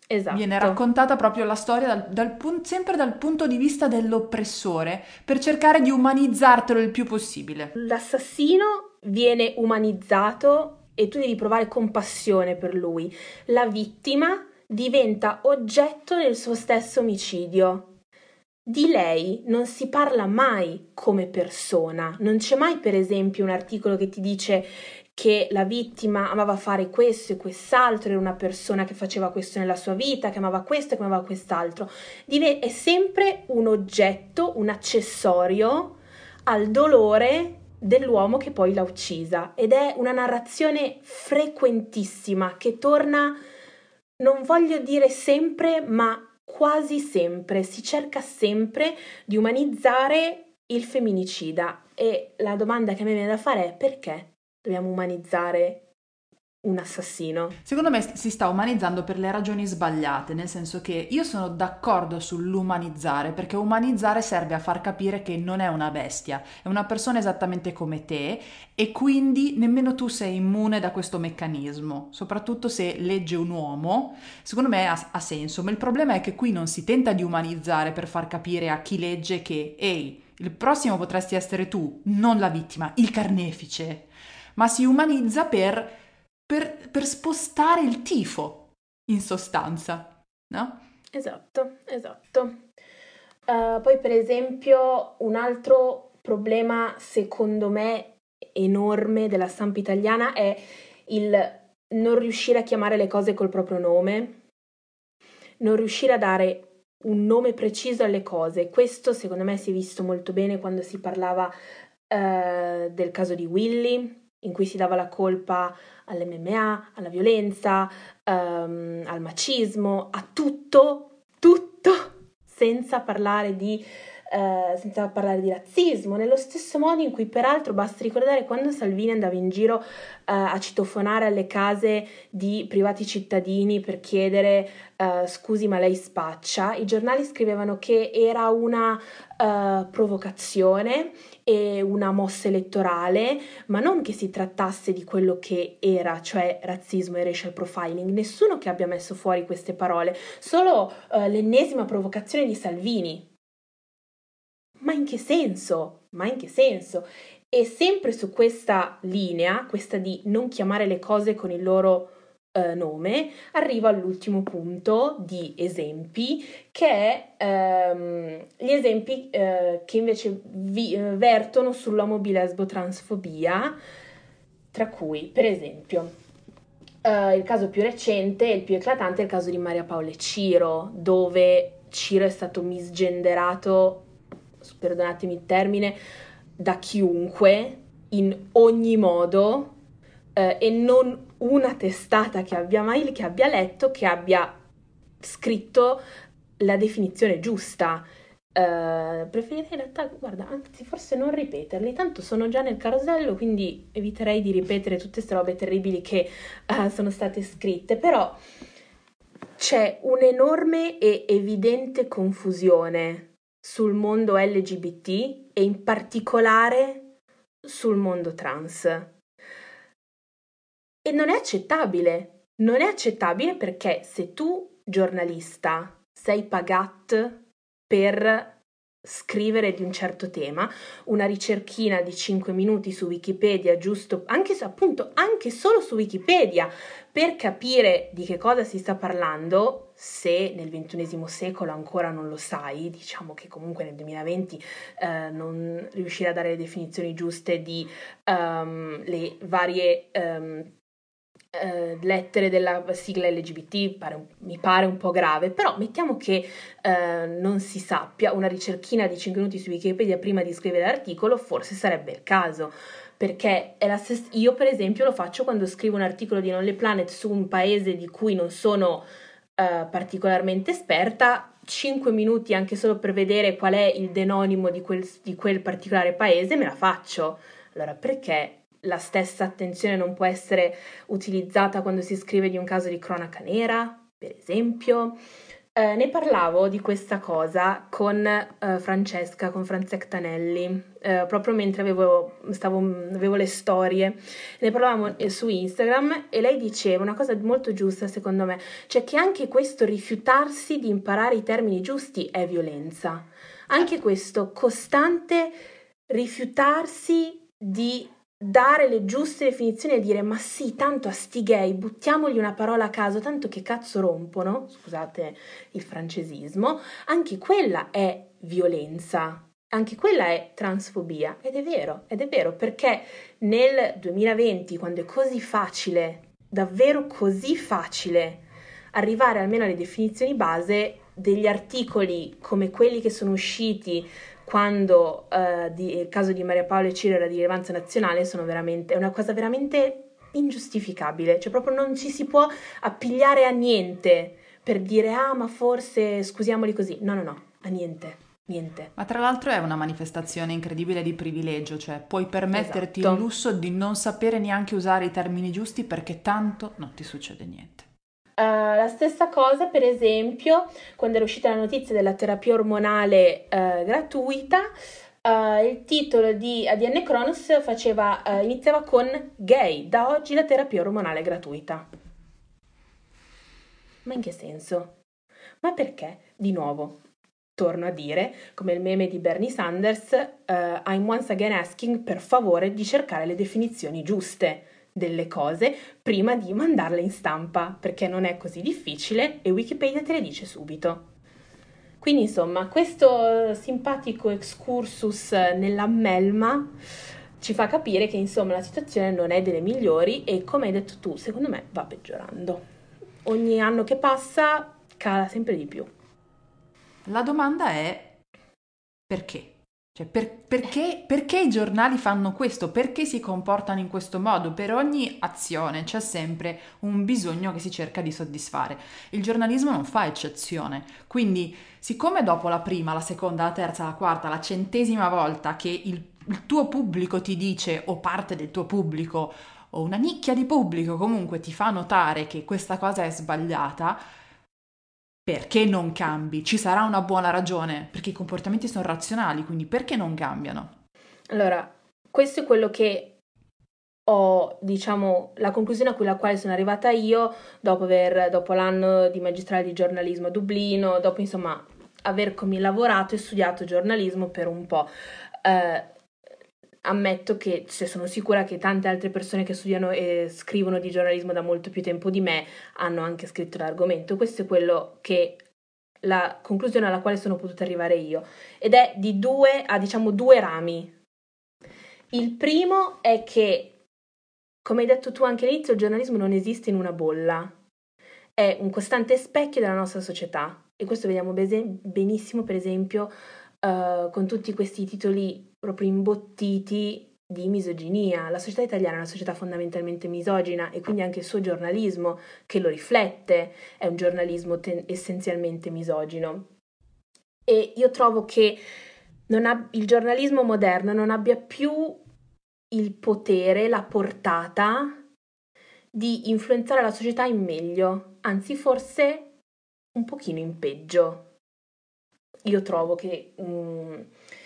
Speaker 1: Viene
Speaker 2: Esatto.
Speaker 1: raccontata proprio la storia dal, dal pun- sempre dal punto di vista dell'oppressore, per cercare di umanizzartelo il più possibile.
Speaker 2: L'assassino viene umanizzato e tu devi provare compassione per lui. La vittima diventa oggetto del suo stesso omicidio. Di lei non si parla mai come persona, non c'è mai per esempio un articolo che ti dice che la vittima amava fare questo e quest'altro, era una persona che faceva questo nella sua vita, che amava questo e che amava quest'altro. Dive- è sempre un oggetto, un accessorio al dolore dell'uomo che poi l'ha uccisa ed è una narrazione frequentissima che torna, non voglio dire sempre, ma quasi sempre, si cerca sempre di umanizzare il femminicida e la domanda che a me viene da fare è: perché dobbiamo umanizzare un assassino?
Speaker 1: Secondo me si sta umanizzando per le ragioni sbagliate, nel senso che io sono d'accordo sull'umanizzare, perché umanizzare serve a far capire che non è una bestia, è una persona esattamente come te e quindi nemmeno tu sei immune da questo meccanismo, soprattutto se legge un uomo, secondo me ha, ha senso, ma il problema è che qui non si tenta di umanizzare per far capire a chi legge che, ehi, il prossimo potresti essere tu, non la vittima, il carnefice, ma si umanizza per per, per spostare il tifo, in sostanza, no?
Speaker 2: Esatto, esatto. Uh, poi per esempio un altro problema secondo me enorme della stampa italiana è il non riuscire a chiamare le cose col proprio nome, non riuscire a dare un nome preciso alle cose. Questo secondo me si è visto molto bene quando si parlava uh, del caso di Willy, in cui si dava la colpa all'emme emme a, alla violenza, um, al macismo, a tutto, tutto, senza parlare di, uh, senza parlare di razzismo, nello stesso modo in cui peraltro basta ricordare quando Salvini andava in giro uh, a citofonare alle case di privati cittadini per chiedere uh, scusi ma lei spaccia, i giornali scrivevano che era una uh, provocazione e una mossa elettorale, ma non che si trattasse di quello che era, cioè razzismo e racial profiling. Nessuno che abbia messo fuori queste parole, solo uh, l'ennesima provocazione di Salvini. Ma in che senso? Ma in che senso? E sempre su questa linea, questa di non chiamare le cose con il loro uh, nome, arrivo all'ultimo punto di esempi, che è um, gli esempi uh, che invece vi, uh, vertono sull'omobilesbo-transfobia, tra cui, per esempio, Uh, il caso più recente e il più eclatante è il caso di Maria Paola e Ciro, dove Ciro è stato misgenderato, perdonatemi il termine, da chiunque, in ogni modo, uh, e non una testata che abbia mai che abbia letto, che abbia scritto la definizione giusta. Uh, preferirei in realtà, guarda, anzi forse non ripeterli, tanto sono già nel carosello, quindi eviterei di ripetere tutte queste robe terribili che uh, sono state scritte, però c'è un'enorme e evidente confusione sul mondo L G B T e in particolare sul mondo trans. E non è accettabile, non è accettabile perché se tu, giornalista, sei pagato per scrivere di un certo tema, una ricerchina di cinque minuti su Wikipedia, giusto, anche appunto, anche solo su Wikipedia, per capire di che cosa si sta parlando, se nel ventunesimo secolo ancora non lo sai, diciamo che comunque nel duemilaventi eh, non riuscire a dare le definizioni giuste di um, le varie um, Uh, lettere della sigla L G B T pare, mi pare un po' grave, però mettiamo che uh, non si sappia, una ricerchina di cinque minuti su Wikipedia prima di scrivere l'articolo forse sarebbe il caso, perché è la stessa, io per esempio lo faccio quando scrivo un articolo di Non le Planet su un paese di cui non sono uh, particolarmente esperta, cinque minuti anche solo per vedere qual è il denonimo di quel, di quel particolare paese me la faccio. Allora perché la stessa attenzione non può essere utilizzata quando si scrive di un caso di cronaca nera, per esempio? Eh, ne parlavo di questa cosa con eh, Francesca, con Francesca Tanelli, eh, proprio mentre avevo, stavo, avevo le storie. Ne parlavamo eh, su Instagram e lei diceva una cosa molto giusta secondo me, cioè che anche questo rifiutarsi di imparare i termini giusti è violenza. Anche questo costante rifiutarsi di dare le giuste definizioni e dire ma sì, tanto a sti gay buttiamogli una parola a caso, tanto che cazzo rompono, scusate il francesismo, anche quella è violenza, anche quella è transfobia, ed è vero, ed è vero, perché nel duemilaventi, quando è così facile, davvero così facile, arrivare almeno alle definizioni base degli articoli come quelli che sono usciti quando uh, di, il caso di Maria Paola e Ciro era di rilevanza nazionale, sono veramente, è una cosa veramente ingiustificabile, cioè proprio non ci si può appigliare a niente per dire ah ma forse scusiamoli così, no no no, a niente, niente.
Speaker 1: Ma tra l'altro è una manifestazione incredibile di privilegio, cioè puoi permetterti il
Speaker 2: Esatto.
Speaker 1: lusso di non sapere neanche usare i termini giusti perché tanto non ti succede niente.
Speaker 2: Uh, la stessa cosa, per esempio, quando era uscita la notizia della terapia ormonale uh, gratuita, uh, il titolo di A D N Cronos faceva, uh, iniziava con gay, da oggi la terapia ormonale gratuita. Ma in che senso? Ma perché? Di nuovo, torno a dire, come il meme di Bernie Sanders, uh, I'm once again asking, per favore, di cercare le definizioni giuste delle cose prima di mandarle in stampa, perché non è così difficile e Wikipedia te le dice subito. Quindi insomma, questo simpatico excursus nella melma ci fa capire che insomma la situazione non è delle migliori e come hai detto tu, secondo me va peggiorando. Ogni anno che passa cala sempre di più.
Speaker 1: La domanda è perché? Cioè, per- perché, perché i giornali fanno questo? Perché si comportano in questo modo? Per ogni azione c'è sempre un bisogno che si cerca di soddisfare. Il giornalismo non fa eccezione. Quindi, siccome dopo la prima, la seconda, la terza, la quarta, la centesima volta che il, il tuo pubblico ti dice, o parte del tuo pubblico, o una nicchia di pubblico comunque ti fa notare che questa cosa è sbagliata, perché non cambi? Ci sarà una buona ragione, perché i comportamenti sono razionali, quindi perché non cambiano?
Speaker 2: Allora, questo è quello che ho, diciamo, la conclusione a cui la quale sono arrivata io dopo aver, dopo l'anno di magistrale di giornalismo a Dublino, dopo insomma aver come lavorato e studiato giornalismo per un po'. Eh, ammetto che cioè, sono sicura che tante altre persone che studiano e scrivono di giornalismo da molto più tempo di me hanno anche scritto l'argomento. Questo è quello che la conclusione alla quale sono potuta arrivare io ed è di due a diciamo due rami. Il primo è che, come hai detto tu anche all'inizio, il giornalismo non esiste in una bolla, è un costante specchio della nostra società e questo vediamo benissimo per esempio uh, con tutti questi titoli proprio imbottiti di misoginia. La società italiana è una società fondamentalmente misogina e quindi anche il suo giornalismo che lo riflette è un giornalismo ten- essenzialmente misogino. E io trovo che non ha, il giornalismo moderno non abbia più il potere, la portata di influenzare la società in meglio, anzi forse un pochino in peggio. Io trovo che... Mm,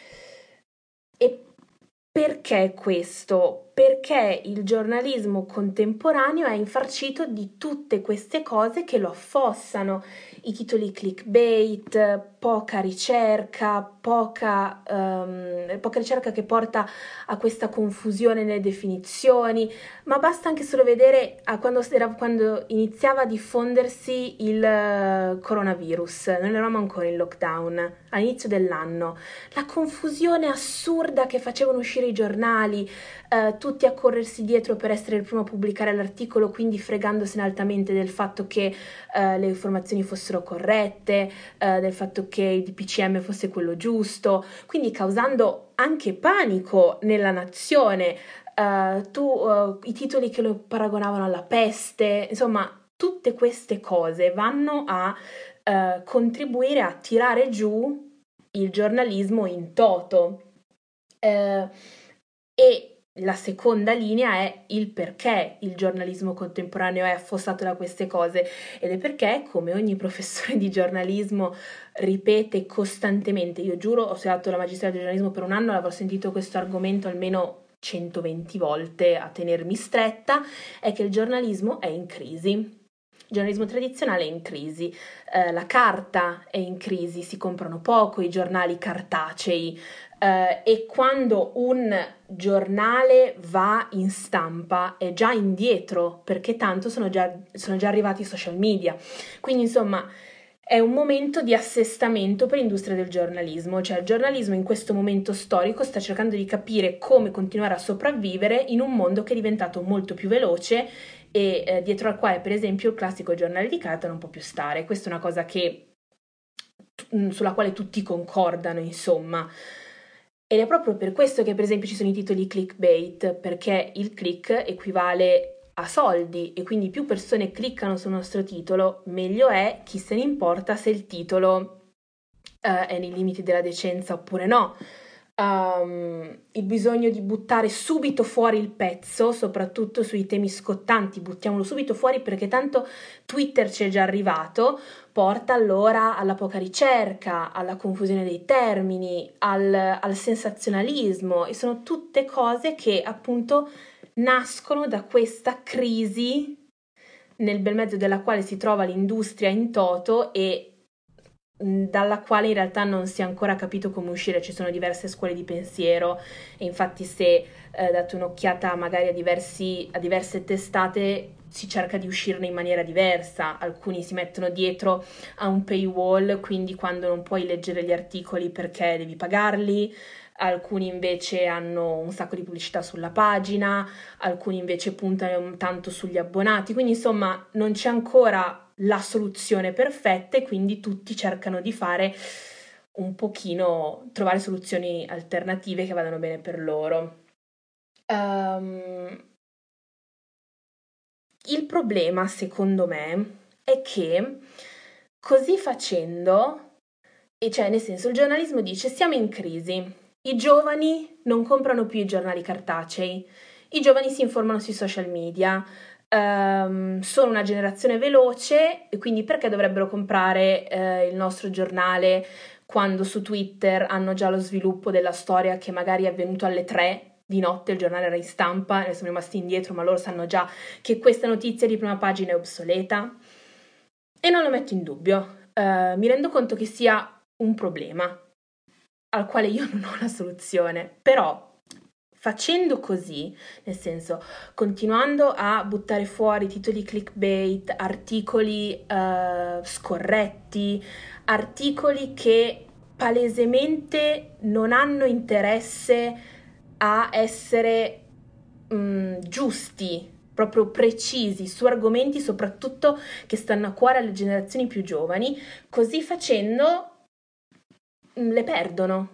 Speaker 2: e perché questo? Perché il giornalismo contemporaneo è infarcito di tutte queste cose che lo affossano, i titoli clickbait, poca ricerca, poca, um, poca ricerca che porta a questa confusione nelle definizioni, ma basta anche solo vedere a quando, era, quando iniziava a diffondersi il uh, coronavirus, non eravamo ancora in lockdown, all'inizio dell'anno, la confusione assurda che facevano uscire i giornali, eh, tutti a corrersi dietro per essere il primo a pubblicare l'articolo, quindi fregandosene altamente del fatto che eh, le informazioni fossero corrette, eh, del fatto che il D P C M fosse quello giusto, quindi causando anche panico nella nazione. Uh, tu, uh, i titoli che lo paragonavano alla peste, insomma, tutte queste cose vanno a uh, contribuire a tirare giù il giornalismo in toto. Uh, e la seconda linea è il perché il giornalismo contemporaneo è affossato da queste cose, ed è perché, come ogni professore di giornalismo ripete costantemente, io giuro, ho studiato la magistrale di giornalismo per un anno, avrò sentito questo argomento almeno centoventi volte a tenermi stretta, è che il giornalismo è in crisi. Il giornalismo tradizionale è in crisi, eh, la carta è in crisi, si comprano poco i giornali cartacei, eh, e quando un giornale va in stampa è già indietro, perché tanto sono già, sono già arrivati i social media. Quindi insomma è un momento di assestamento per l'industria del giornalismo, cioè il giornalismo in questo momento storico sta cercando di capire come continuare a sopravvivere in un mondo che è diventato molto più veloce e eh, dietro al quale per esempio il classico giornale di carta non può più stare. Questa è una cosa che, sulla quale tutti concordano, insomma. Ed è proprio per questo che per esempio ci sono i titoli clickbait, perché il click equivale a soldi e quindi più persone cliccano sul nostro titolo, meglio è, chi se ne importa se il titolo uh, è nei limiti della decenza oppure no. Um, il bisogno di buttare subito fuori il pezzo, soprattutto sui temi scottanti, buttiamolo subito fuori perché tanto Twitter ci è già arrivato, porta allora alla poca ricerca, alla confusione dei termini, al, al sensazionalismo, e sono tutte cose che appunto nascono da questa crisi nel bel mezzo della quale si trova l'industria in toto e dalla quale in realtà non si è ancora capito come uscire. Ci sono diverse scuole di pensiero e infatti se eh, date un'occhiata magari a, diversi, a diverse testate si cerca di uscirne in maniera diversa. Alcuni si mettono dietro a un paywall, quindi quando non puoi leggere gli articoli perché devi pagarli, alcuni invece hanno un sacco di pubblicità sulla pagina, alcuni invece puntano tanto sugli abbonati, quindi insomma non c'è ancora la soluzione perfetta e quindi tutti cercano di fare un pochino, trovare soluzioni alternative che vadano bene per loro. Um, il problema, secondo me, è che così facendo, e cioè nel senso il giornalismo dice siamo in crisi, i giovani non comprano più i giornali cartacei, i giovani si informano sui social media, Um, sono una generazione veloce e quindi perché dovrebbero comprare eh, il nostro giornale quando su Twitter hanno già lo sviluppo della storia che magari è avvenuto alle tre di notte, il giornale era in stampa e siamo rimasti indietro, ma loro sanno già che questa notizia di prima pagina è obsoleta. E non lo metto in dubbio, uh, mi rendo conto che sia un problema al quale io non ho la soluzione, però facendo così, nel senso, continuando a buttare fuori titoli clickbait, articoli uh, scorretti, articoli che palesemente non hanno interesse a essere um, giusti, proprio precisi, su argomenti soprattutto che stanno a cuore alle generazioni più giovani, così facendo um, le perdono.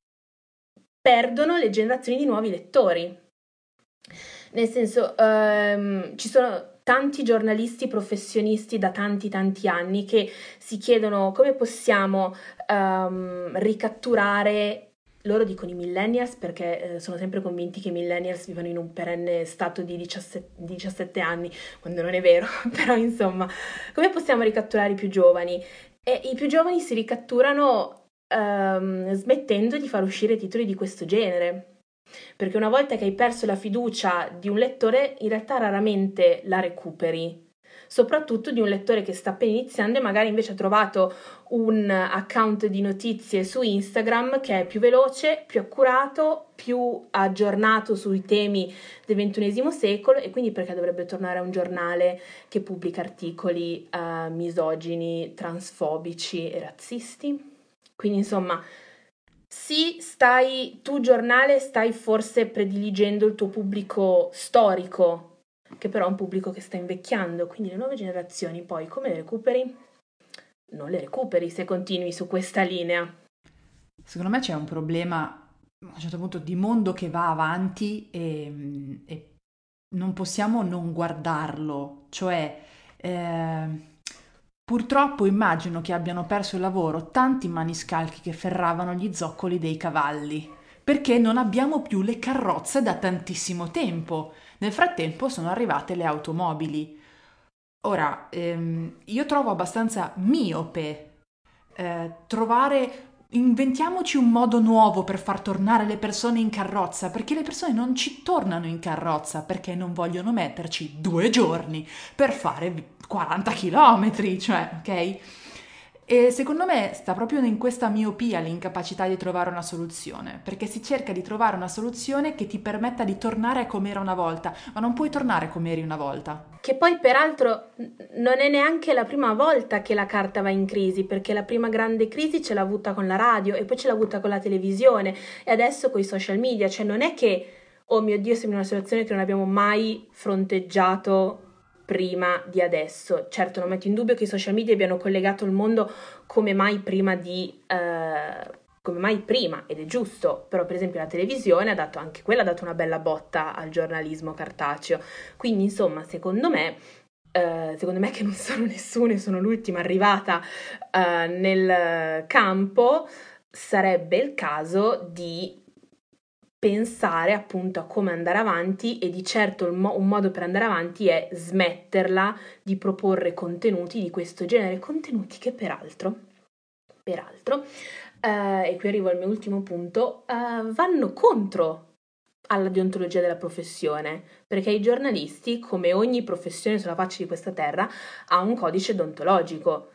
Speaker 2: perdono le generazioni di nuovi lettori. Nel senso, um, ci sono tanti giornalisti professionisti da tanti tanti anni che si chiedono come possiamo um, ricatturare, loro dicono i millennials perché eh, sono sempre convinti che i millennials vivano in un perenne stato di diciassette, diciassette anni, quando non è vero, però insomma, come possiamo ricatturare i più giovani? E i più giovani si ricatturano Um, smettendo di far uscire titoli di questo genere, perché una volta che hai perso la fiducia di un lettore in realtà raramente la recuperi, soprattutto di un lettore che sta appena iniziando e magari invece ha trovato un account di notizie su Instagram che è più veloce, più accurato, più aggiornato sui temi del ventunesimo secolo, e quindi perché dovrebbe tornare a un giornale che pubblica articoli uh, misogini, transfobici e razzisti? Quindi insomma, sì, stai, tu giornale stai forse prediligendo il tuo pubblico storico, che però è un pubblico che sta invecchiando, quindi le nuove generazioni poi come le recuperi? Non le recuperi se continui su questa linea.
Speaker 1: Secondo me c'è un problema a un certo punto di mondo che va avanti e, e non possiamo non guardarlo, cioè eh, purtroppo immagino che abbiano perso il lavoro tanti maniscalchi che ferravano gli zoccoli dei cavalli, perché non abbiamo più le carrozze da tantissimo tempo. Nel frattempo sono arrivate le automobili. Ora, ehm, io trovo abbastanza miope eh, trovare, inventiamoci un modo nuovo per far tornare le persone in carrozza, perché le persone non ci tornano in carrozza perché non vogliono metterci due giorni per fare quaranta chilometri, cioè, ok? E secondo me sta proprio in questa miopia l'incapacità di trovare una soluzione, perché si cerca di trovare una soluzione che ti permetta di tornare a come era una volta, ma non puoi tornare come eri una volta.
Speaker 2: Che poi peraltro non è neanche la prima volta che la carta va in crisi, perché la prima grande crisi ce l'ha avuta con la radio e poi ce l'ha avuta con la televisione e adesso con i social media, cioè non è che, oh mio Dio, siamo in una situazione che non abbiamo mai fronteggiato prima di adesso. Certo, non metto in dubbio che i social media abbiano collegato il mondo come mai prima di... Eh, come mai prima, ed è giusto, però per esempio la televisione ha dato anche quella ha dato una bella botta al giornalismo cartaceo. Quindi insomma, secondo me, eh, secondo me che non sono nessuno e sono l'ultima arrivata eh, nel campo, sarebbe il caso di pensare appunto a come andare avanti e di certo mo- un modo per andare avanti è smetterla di proporre contenuti di questo genere, contenuti che peraltro, peraltro, eh, e qui arrivo al mio ultimo punto, eh, vanno contro alla deontologia della professione, perché i giornalisti, come ogni professione sulla faccia di questa terra, ha un codice deontologico,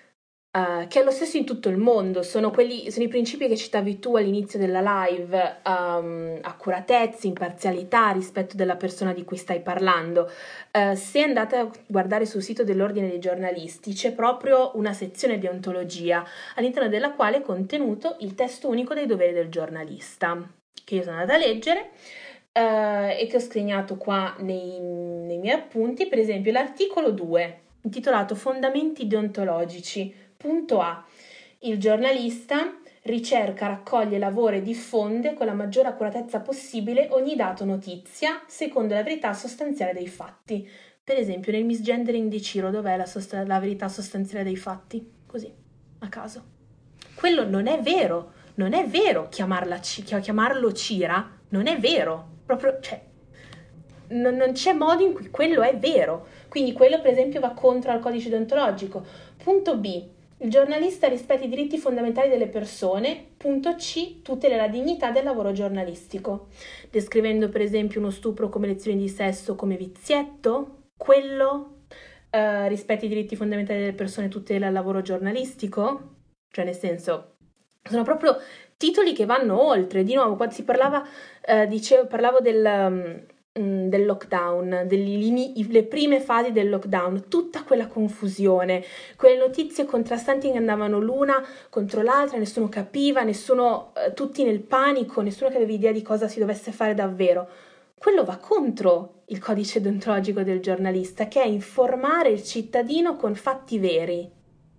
Speaker 2: uh, che è lo stesso in tutto il mondo. Sono, quelli, sono i principi che citavi tu all'inizio della live, um, accuratezza, imparzialità, rispetto della persona di cui stai parlando. Uh, se andate a guardare sul sito dell'Ordine dei giornalisti, c'è proprio una sezione deontologia, all'interno della quale è contenuto il testo unico dei doveri del giornalista, che io sono andata a leggere uh, e che ho segnato qua nei, nei miei appunti. Per esempio l'articolo due, intitolato Fondamenti deontologici. Punto A. Il giornalista ricerca, raccoglie, lavora e diffonde con la maggiore accuratezza possibile ogni dato o notizia secondo la verità sostanziale dei fatti. Per esempio nel misgendering di Ciro dov'è la, sost- la verità sostanziale dei fatti? Così, a caso. Quello non è vero. Non è vero chiamarla, chiamarlo Cira, non è vero, proprio, cioè, non, non c'è modo in cui quello è vero, quindi quello per esempio va contro al codice deontologico. Punto B, il giornalista rispetta i diritti fondamentali delle persone. Punto C, tutela la dignità del lavoro giornalistico, descrivendo per esempio uno stupro come lezione di sesso come vizietto, quello uh, rispetta i diritti fondamentali delle persone, tutela il lavoro giornalistico, cioè nel senso... Sono proprio titoli che vanno oltre. Di nuovo, quando si parlava, eh, dicevo, parlavo del, um, del lockdown, delle prime fasi del lockdown, tutta quella confusione, quelle notizie contrastanti che andavano l'una contro l'altra, nessuno capiva, nessuno, eh, tutti nel panico, nessuno che aveva idea di cosa si dovesse fare davvero. Quello va contro il codice deontologico del giornalista, che è informare il cittadino con fatti veri.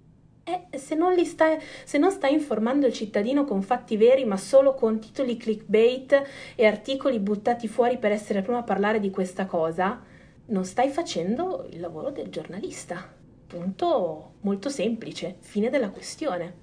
Speaker 2: Eh, se non, li sta, se non stai informando il cittadino con fatti veri, ma solo con titoli clickbait e articoli buttati fuori per essere prima a parlare di questa cosa, non stai facendo il lavoro del giornalista. Punto molto semplice, fine della questione.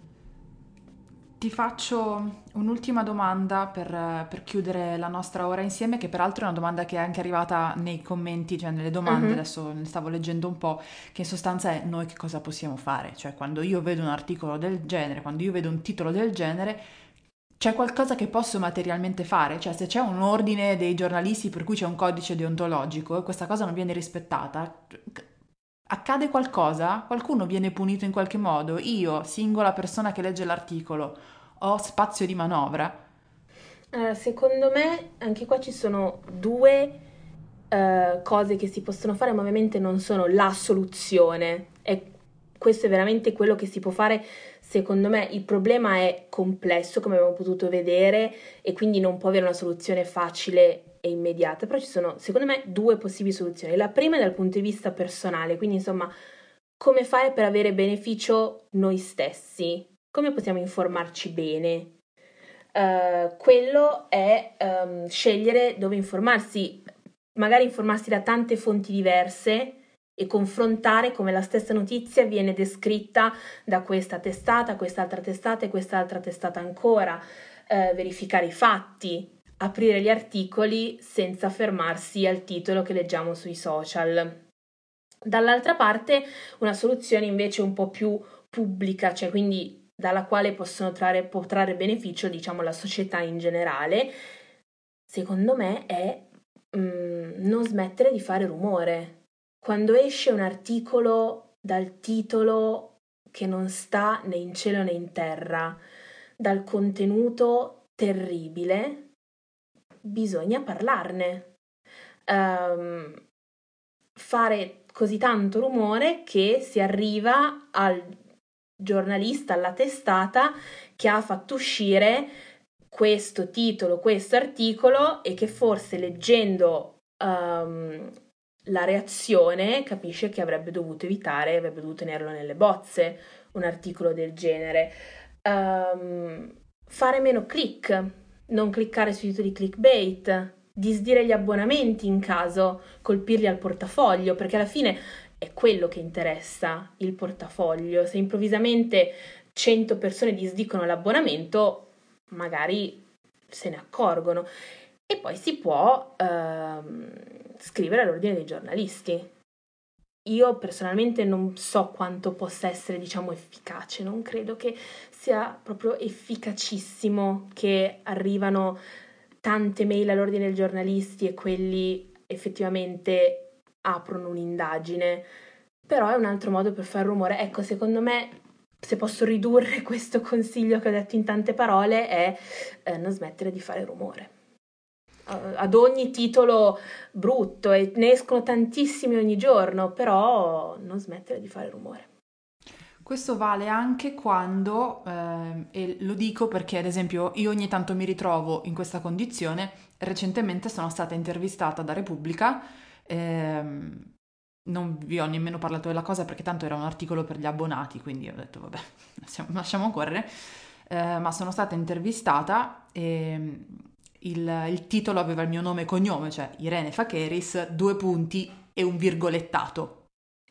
Speaker 1: Ti faccio un'ultima domanda per, per chiudere la nostra ora insieme, che peraltro è una domanda che è anche arrivata nei commenti, cioè nelle domande,
Speaker 2: Mhm.
Speaker 1: adesso ne stavo leggendo un po', che in sostanza è noi che cosa possiamo fare? Cioè quando io vedo un articolo del genere, quando io vedo un titolo del genere, c'è qualcosa che posso materialmente fare? Cioè se c'è un ordine dei giornalisti per cui c'è un codice deontologico e questa cosa non viene rispettata, accade qualcosa? Qualcuno viene punito in qualche modo? Io, singola persona che legge l'articolo, ho spazio di manovra?
Speaker 2: Allora, secondo me anche qua ci sono due eh, cose che si possono fare, ma ovviamente non sono la soluzione. E questo è veramente quello che si può fare. Secondo me il problema è complesso, come abbiamo potuto vedere, e quindi non può avere una soluzione facile e immediata, però ci sono, secondo me, due possibili soluzioni. La prima è dal punto di vista personale, quindi insomma, come fare per avere beneficio noi stessi? Come possiamo informarci bene? Uh, quello è um, scegliere dove informarsi, magari informarsi da tante fonti diverse e confrontare come la stessa notizia viene descritta da questa testata, quest'altra testata e quest'altra testata ancora. eh, verificare i fatti, aprire gli articoli senza fermarsi al titolo che leggiamo sui social. Dall'altra parte una soluzione invece un po' più pubblica, cioè quindi dalla quale possono trarre, può trarre beneficio, diciamo, la società in generale, secondo me è mm, non smettere di fare rumore. Quando esce un articolo dal titolo che non sta né in cielo né in terra, dal contenuto terribile, bisogna parlarne. Um, fare così tanto rumore che si arriva al giornalista, alla testata che ha fatto uscire questo titolo, questo articolo, e che forse leggendo um, la reazione capisce che avrebbe dovuto evitare, avrebbe dovuto tenerlo nelle bozze un articolo del genere. Um, fare meno click, non cliccare sui titoli clickbait, disdire gli abbonamenti in caso, colpirli al portafoglio, perché alla fine è quello che interessa, il portafoglio. Se improvvisamente cento persone disdicono l'abbonamento, magari se ne accorgono. E poi si può ehm, scrivere all'ordine dei giornalisti. Io personalmente non so quanto possa essere, diciamo, efficace, non credo che sia proprio efficacissimo che arrivano tante mail all'ordine dei giornalisti e quelli effettivamente aprono un'indagine, però è un altro modo per fare rumore. Ecco, secondo me, se posso ridurre questo consiglio che ho detto in tante parole, è eh, non smettere di fare rumore. Uh, ad ogni titolo brutto, e ne escono tantissimi ogni giorno, però non smettere di fare rumore.
Speaker 1: Questo vale anche quando, ehm, e lo dico perché ad esempio io ogni tanto mi ritrovo in questa condizione, recentemente sono stata intervistata da Repubblica, ehm, non vi ho nemmeno parlato della cosa perché tanto era un articolo per gli abbonati, quindi ho detto vabbè, lasciamo, lasciamo correre, eh, ma sono stata intervistata e il, il titolo aveva il mio nome e cognome, cioè Irene Facheris, due punti e un virgolettato.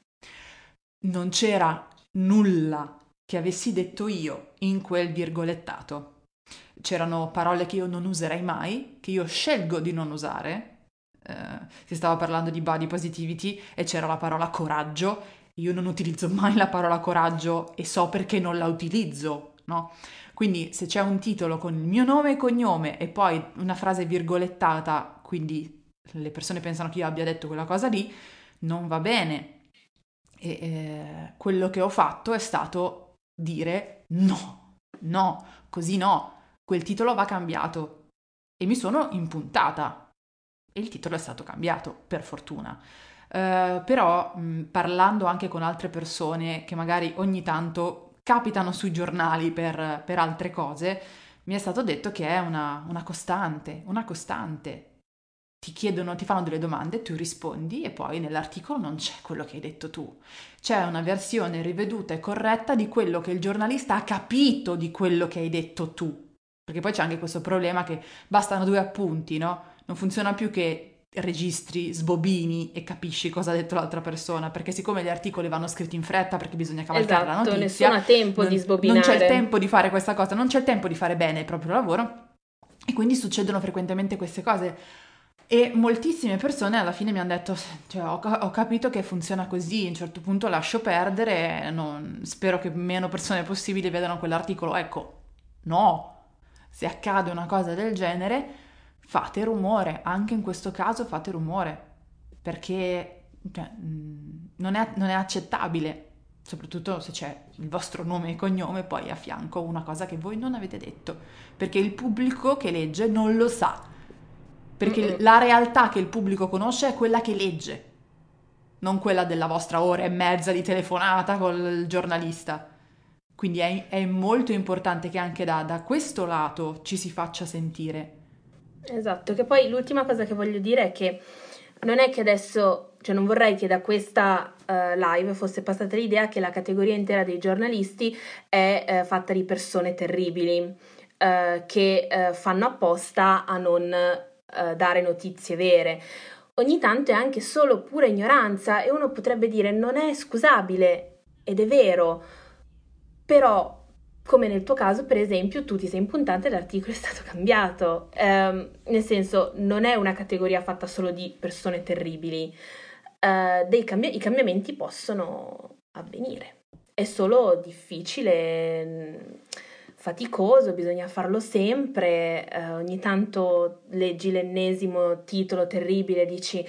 Speaker 1: Non c'era nulla che avessi detto io in quel virgolettato. C'erano parole che io non userei mai, che io scelgo di non usare. Eh, si stava parlando di body positivity e c'era la parola coraggio. Io non utilizzo mai la parola coraggio e so perché non la utilizzo, no? Quindi se c'è un titolo con il mio nome e cognome e poi una frase virgolettata, quindi le persone pensano che io abbia detto quella cosa lì, non va bene. E eh, quello che ho fatto è stato dire no, no, così no, quel titolo va cambiato. E mi sono impuntata. E il titolo è stato cambiato, per fortuna. Eh, però, mh, parlando anche con altre persone che magari ogni tanto capitano sui giornali per, per altre cose, mi è stato detto che è una, una costante, una costante. Ti chiedono, ti fanno delle domande, tu rispondi e poi nell'articolo non c'è quello che hai detto tu. C'è una versione riveduta e corretta di quello che il giornalista ha capito di quello che hai detto tu. Perché poi c'è anche questo problema che bastano due appunti, no? Non funziona più che registri, sbobini e capisci cosa ha detto l'altra persona, perché siccome gli articoli vanno scritti in fretta perché bisogna cavalcare la
Speaker 2: Esatto,
Speaker 1: notizia,
Speaker 2: nessuno ha tempo di
Speaker 1: non, non c'è il
Speaker 2: sbobinare.
Speaker 1: tempo di fare questa cosa, non c'è il tempo di fare bene il proprio lavoro e quindi succedono frequentemente queste cose. E moltissime persone alla fine mi hanno detto, cioè, ho, ho capito che funziona così, a un certo punto lascio perdere, non- spero che meno persone possibili vedano quell'articolo. Ecco, no, se accade una cosa del genere, fate rumore, anche in questo caso fate rumore, perché cioè, mh, non è, non è accettabile, soprattutto se c'è il vostro nome e cognome poi a fianco una cosa che voi non avete detto, perché il pubblico che legge non lo sa. Perché
Speaker 2: Mm-mm.
Speaker 1: la realtà che il pubblico conosce è quella che legge, non quella della vostra ora e mezza di telefonata col giornalista. Quindi è, è molto importante che anche da, da questo lato ci si faccia sentire.
Speaker 2: Esatto, che poi l'ultima cosa che voglio dire è che non è che adesso, cioè non vorrei che da questa eh, live fosse passata l'idea che la categoria intera dei giornalisti è eh, fatta di persone terribili, eh, che eh, fanno apposta a non eh, dare notizie vere. Ogni tanto è anche solo pura ignoranza e uno potrebbe dire non è scusabile, ed è vero, però come nel tuo caso, per esempio, tu ti sei impuntata e l'articolo è stato cambiato. Ehm, nel senso, non è una categoria fatta solo di persone terribili. Eh, dei cambi- I cambiamenti possono avvenire. È solo difficile, mh, faticoso, bisogna farlo sempre. Eh, ogni tanto leggi l'ennesimo titolo terribile e dici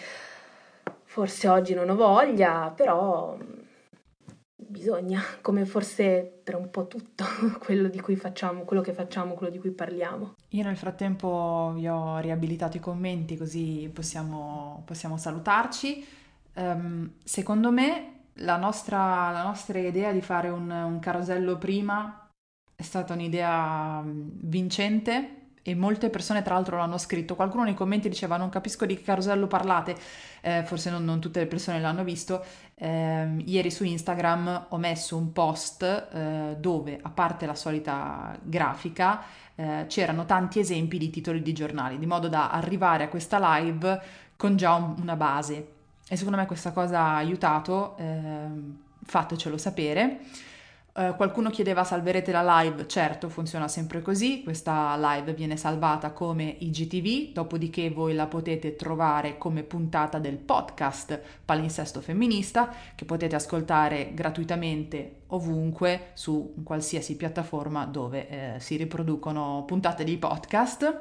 Speaker 2: forse oggi non ho voglia, però mh, bisogna, come forse per un po' tutto quello di cui facciamo, quello che facciamo, quello di cui parliamo.
Speaker 1: Io nel frattempo vi ho riabilitato i commenti così possiamo, possiamo salutarci. Ehm, secondo me la nostra, la nostra idea di fare un, un carosello prima è stata un'idea mm, vincente e molte persone tra l'altro l'hanno scritto. Qualcuno nei commenti diceva non capisco di che carosello parlate. Eh, forse non, non tutte le persone l'hanno visto. Ehm, ieri su Instagram ho messo un post eh, dove, a parte la solita grafica, eh, c'erano tanti esempi di titoli di giornali, di modo da arrivare a questa live con già un- una base. E secondo me questa cosa ha aiutato, ehm, fatecelo sapere. Eh, qualcuno chiedeva salverete la live, certo funziona sempre così, questa live viene salvata come I G T V, dopodiché voi la potete trovare come puntata del podcast Palinsesto Femminista, che potete ascoltare gratuitamente ovunque su qualsiasi piattaforma dove eh, si riproducono puntate di podcast.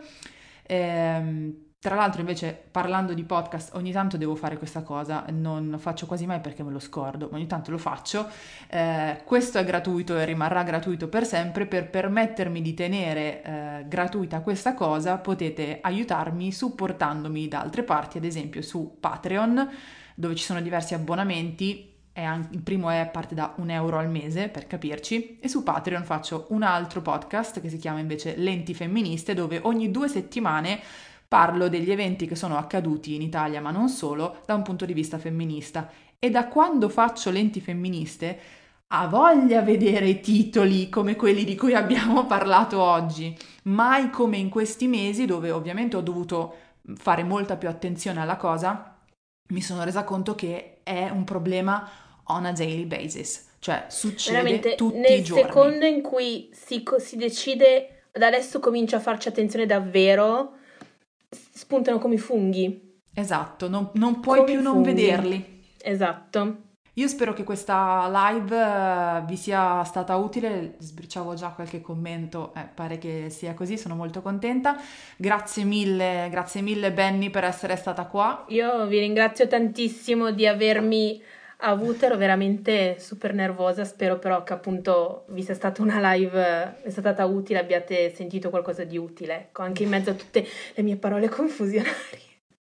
Speaker 1: Ehm, tra l'altro invece parlando di podcast ogni tanto devo fare questa cosa, non lo faccio quasi mai perché me lo scordo, ma ogni tanto lo faccio. Eh, questo è gratuito e rimarrà gratuito per sempre. Per permettermi di tenere eh, gratuita questa cosa potete aiutarmi supportandomi da altre parti, ad esempio su Patreon, dove ci sono diversi abbonamenti. È anche- il primo è parte da un euro al mese, per capirci, e su Patreon faccio un altro podcast che si chiama invece Lenti Femministe, dove ogni due settimane parlo degli eventi che sono accaduti in Italia, ma non solo, da un punto di vista femminista. E da quando faccio Lenti Femministe, ha voglia vedere i titoli come quelli di cui abbiamo parlato oggi, mai come in questi mesi dove ovviamente ho dovuto fare molta più attenzione alla cosa, mi sono resa conto che è un problema on a daily basis, cioè succede
Speaker 2: Veramente,
Speaker 1: tutti i
Speaker 2: nel
Speaker 1: giorni.
Speaker 2: secondo in cui si, co- si decide da adesso comincio a farci attenzione davvero, s- spuntano come i funghi.
Speaker 1: Esatto, non, non puoi
Speaker 2: Come i
Speaker 1: più non
Speaker 2: funghi.
Speaker 1: vederli.
Speaker 2: Esatto.
Speaker 1: Io spero che questa live eh, vi sia stata utile, sbriciavo già qualche commento, eh, pare che sia così, sono molto contenta. Grazie mille, grazie mille Benny per essere stata qua.
Speaker 2: Io vi ringrazio tantissimo di avermi avuto, ero veramente super nervosa, spero però che appunto vi sia stata una live, è stata utile, abbiate sentito qualcosa di utile, ecco, anche in mezzo a tutte le mie parole confusionarie.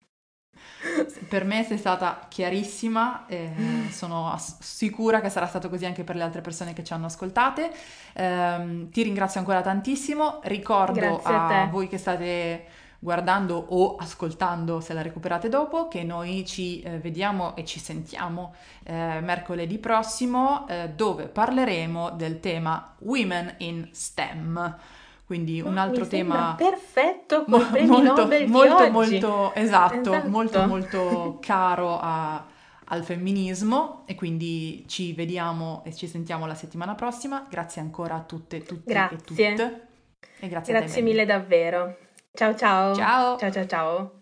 Speaker 1: Per me sei stata chiarissima, e sono ass- sicura che sarà stato così anche per le altre persone che ci hanno ascoltate. Ehm, ti ringrazio ancora tantissimo, ricordo
Speaker 2: Grazie a
Speaker 1: a
Speaker 2: te.
Speaker 1: voi che state guardando o ascoltando se la recuperate dopo che noi ci eh, vediamo e ci sentiamo eh, mercoledì prossimo eh, dove parleremo del tema Women in STEM. Quindi un
Speaker 2: Ma mi
Speaker 1: altro
Speaker 2: sembra
Speaker 1: tema
Speaker 2: perfetto col
Speaker 1: mo-
Speaker 2: premio
Speaker 1: molto,
Speaker 2: Nobel di
Speaker 1: molto,
Speaker 2: oggi.
Speaker 1: molto esatto, molto,
Speaker 2: Esatto.
Speaker 1: molto caro a- al femminismo e quindi ci vediamo e ci sentiamo la settimana prossima. Grazie ancora a tutte, tutti e
Speaker 2: Grazie.
Speaker 1: tutte e grazie a te,
Speaker 2: Grazie
Speaker 1: Benny.
Speaker 2: mille davvero. Ciao ciao.
Speaker 1: Ciao!
Speaker 2: Ciao ciao ciao.